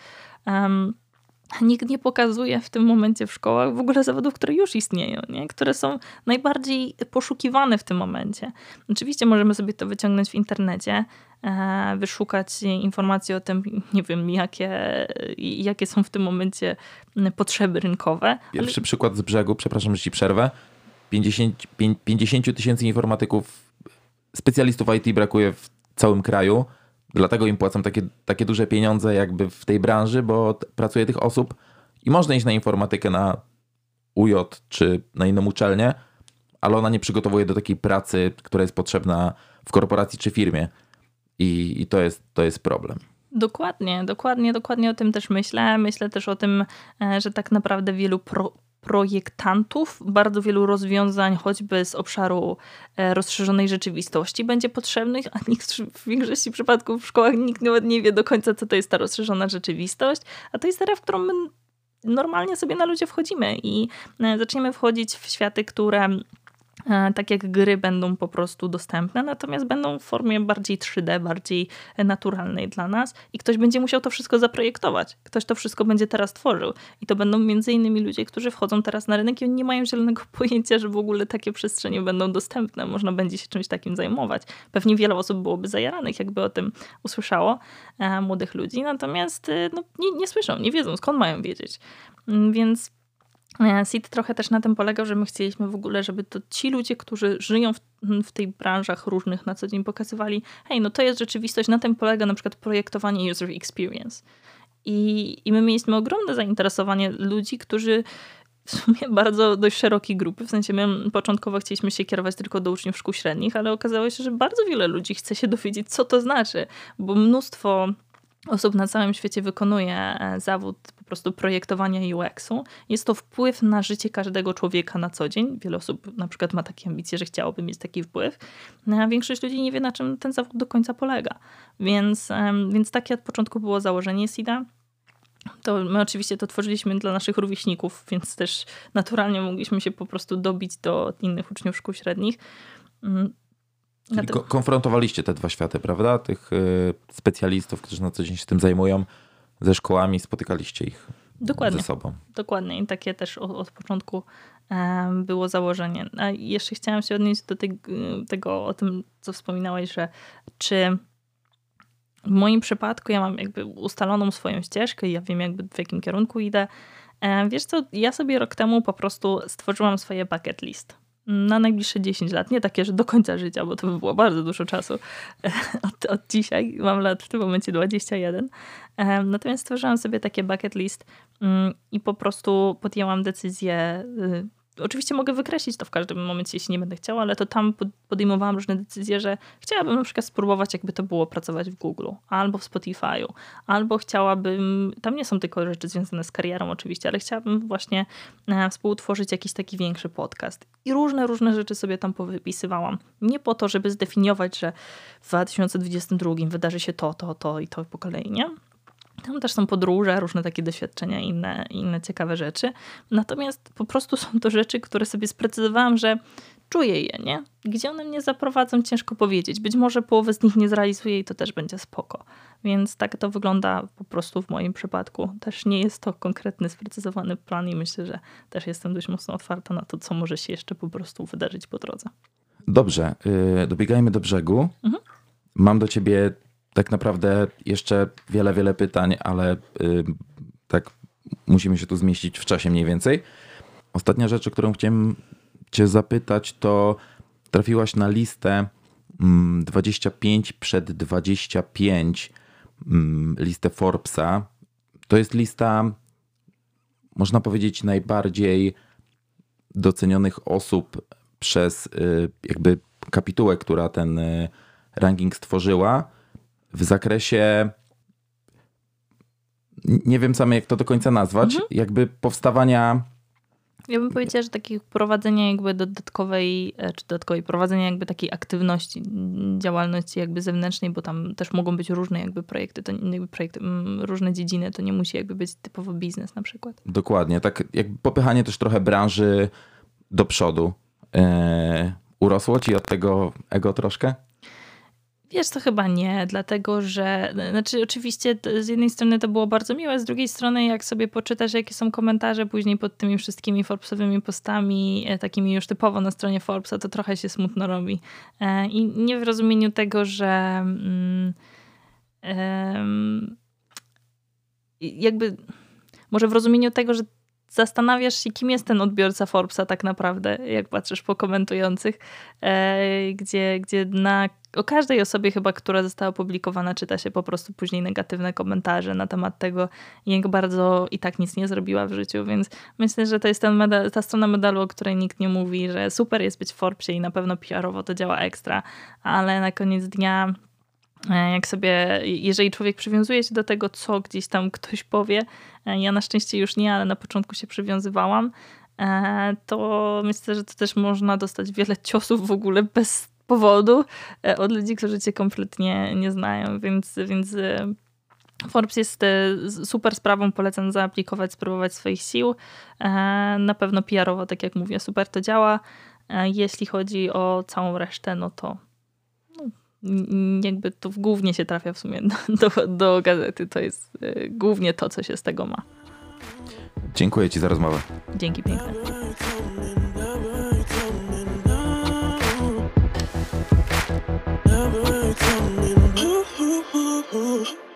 Nikt nie pokazuje w tym momencie w szkołach w ogóle zawodów, które już istnieją, nie? Które są najbardziej poszukiwane w tym momencie. Oczywiście możemy sobie to wyciągnąć w internecie, wyszukać informacji o tym, nie wiem, jakie są w tym momencie potrzeby rynkowe. Pierwszy przykład z brzegu, przepraszam, że ci przerwę. 50 000 informatyków, specjalistów IT brakuje w całym kraju. Dlatego im płacą takie duże pieniądze jakby w tej branży, bo pracuje tych osób i można iść na informatykę na UJ czy na inną uczelnię, ale ona nie przygotowuje do takiej pracy, która jest potrzebna w korporacji czy firmie. I to jest problem. Dokładnie o tym też myślę. Myślę też o tym, że tak naprawdę wielu projektantów, bardzo wielu rozwiązań, choćby z obszaru rozszerzonej rzeczywistości będzie potrzebnych, a w większości przypadków w szkołach nikt nawet nie wie do końca, co to jest ta rozszerzona rzeczywistość, a to jest era, w którą my normalnie sobie na ludzie wchodzimy i zaczniemy wchodzić w światy, które tak jak gry będą po prostu dostępne, natomiast będą w formie bardziej 3D, bardziej naturalnej dla nas i ktoś będzie musiał to wszystko zaprojektować. Ktoś to wszystko będzie teraz tworzył i to będą między innymi ludzie, którzy wchodzą teraz na rynek i oni nie mają zielonego pojęcia, że w ogóle takie przestrzenie będą dostępne. Można będzie się czymś takim zajmować. Pewnie wiele osób byłoby zajaranych, jakby o tym usłyszało, młodych ludzi, natomiast nie słyszą, nie wiedzą, skąd mają wiedzieć. Więc Seed trochę też na tym polegał, że my chcieliśmy w ogóle, żeby to ci ludzie, którzy żyją w tych branżach różnych na co dzień pokazywali, hej, no to jest rzeczywistość, na tym polega na przykład projektowanie user experience. I my mieliśmy ogromne zainteresowanie ludzi, którzy w sumie bardzo dość szerokiej grupy, w sensie my początkowo chcieliśmy się kierować tylko do uczniów szkół średnich, ale okazało się, że bardzo wiele ludzi chce się dowiedzieć, co to znaczy, bo mnóstwo osób na całym świecie wykonuje zawód po prostu projektowania UX-u. Jest to wpływ na życie każdego człowieka na co dzień. Wiele osób na przykład ma takie ambicje, że chciałoby mieć taki wpływ, a większość ludzi nie wie, na czym ten zawód do końca polega. Więc takie od początku było założenie Seeda. To my oczywiście to tworzyliśmy dla naszych rówieśników, więc też naturalnie mogliśmy się po prostu dobić do innych uczniów szkół średnich. Czyli konfrontowaliście te dwa światy, prawda? Tych specjalistów, którzy na co dzień się tym zajmują, ze szkołami, spotykaliście ich ze sobą. Dokładnie i takie też od początku było założenie. A jeszcze chciałam się odnieść do tego, o tym, co wspominałeś, że czy w moim przypadku ja mam jakby ustaloną swoją ścieżkę i ja wiem jakby w jakim kierunku idę. Wiesz co, ja sobie rok temu po prostu stworzyłam swoje bucket list na najbliższe 10 lat. Nie takie, że do końca życia, bo to by było bardzo dużo czasu od dzisiaj. Mam lat w tym momencie 21. Natomiast stworzyłam sobie takie bucket list i po prostu podjęłam decyzję. Oczywiście mogę wykreślić to w każdym momencie, jeśli nie będę chciała, ale to tam podejmowałam różne decyzje, że chciałabym na przykład spróbować, jakby to było pracować w Google, albo w Spotify'u, albo chciałabym, tam nie są tylko rzeczy związane z karierą oczywiście, ale chciałabym właśnie współtworzyć jakiś taki większy podcast. I różne rzeczy sobie tam powypisywałam. Nie po to, żeby zdefiniować, że w 2022 wydarzy się to i to po kolei, nie? Tam też są podróże, różne takie doświadczenia i inne ciekawe rzeczy. Natomiast po prostu są to rzeczy, które sobie sprecyzowałam, że czuję je, nie? Gdzie one mnie zaprowadzą, ciężko powiedzieć. Być może połowę z nich nie zrealizuję i to też będzie spoko. Więc tak to wygląda po prostu w moim przypadku. Też nie jest to konkretny, sprecyzowany plan i myślę, że też jestem dość mocno otwarta na to, co może się jeszcze po prostu wydarzyć po drodze. Dobrze, dobiegajmy do brzegu. Mam do ciebie tak naprawdę jeszcze wiele pytań, ale tak musimy się tu zmieścić w czasie mniej więcej. Ostatnia rzecz, o którą chciałem cię zapytać, to trafiłaś na listę 25 przed 25, listę Forbesa. To jest lista, można powiedzieć, najbardziej docenionych osób przez jakby kapitułę, która ten ranking stworzyła w zakresie, nie wiem sam jak to do końca nazwać, jakby powstawania. Ja bym powiedziała, że takiego prowadzenia jakby dodatkowej prowadzenia jakby takiej aktywności, działalności jakby zewnętrznej, bo tam też mogą być różne jakby projekty, różne dziedziny, to nie musi jakby być typowo biznes na przykład. Dokładnie, tak jakby popychanie też trochę branży do przodu. Urosło ci od tego ego troszkę? Wiesz, to chyba nie, dlatego że, oczywiście z jednej strony to było bardzo miłe, z drugiej strony jak sobie poczytasz, jakie są komentarze później pod tymi wszystkimi Forbesowymi postami, takimi już typowo na stronie Forbesa, to trochę się smutno robi. I nie w rozumieniu tego, że jakby, może w rozumieniu tego, że zastanawiasz się, kim jest ten odbiorca Forbesa tak naprawdę, jak patrzysz po komentujących, gdzie o każdej osobie chyba, która została opublikowana, czyta się po prostu później negatywne komentarze na temat tego, jak bardzo i tak nic nie zrobiła w życiu, więc myślę, że to jest ta strona medalu, o której nikt nie mówi, że super jest być w Forbesie i na pewno PR-owo to działa ekstra, ale na koniec dnia jak sobie, jeżeli człowiek przywiązuje się do tego, co gdzieś tam ktoś powie, ja na szczęście już nie, ale na początku się przywiązywałam, to myślę, że to też można dostać wiele ciosów w ogóle bez powodu od ludzi, którzy cię kompletnie nie znają, więc Forbes jest super sprawą, polecam zaaplikować, spróbować swoich sił. Na pewno PR-owo, tak jak mówię, super to działa. Jeśli chodzi o całą resztę, no to jakby to głównie się trafia w sumie do gazety. To jest głównie to, co się z tego ma. Dziękuję ci za rozmowę. Dzięki piękne. Ooh.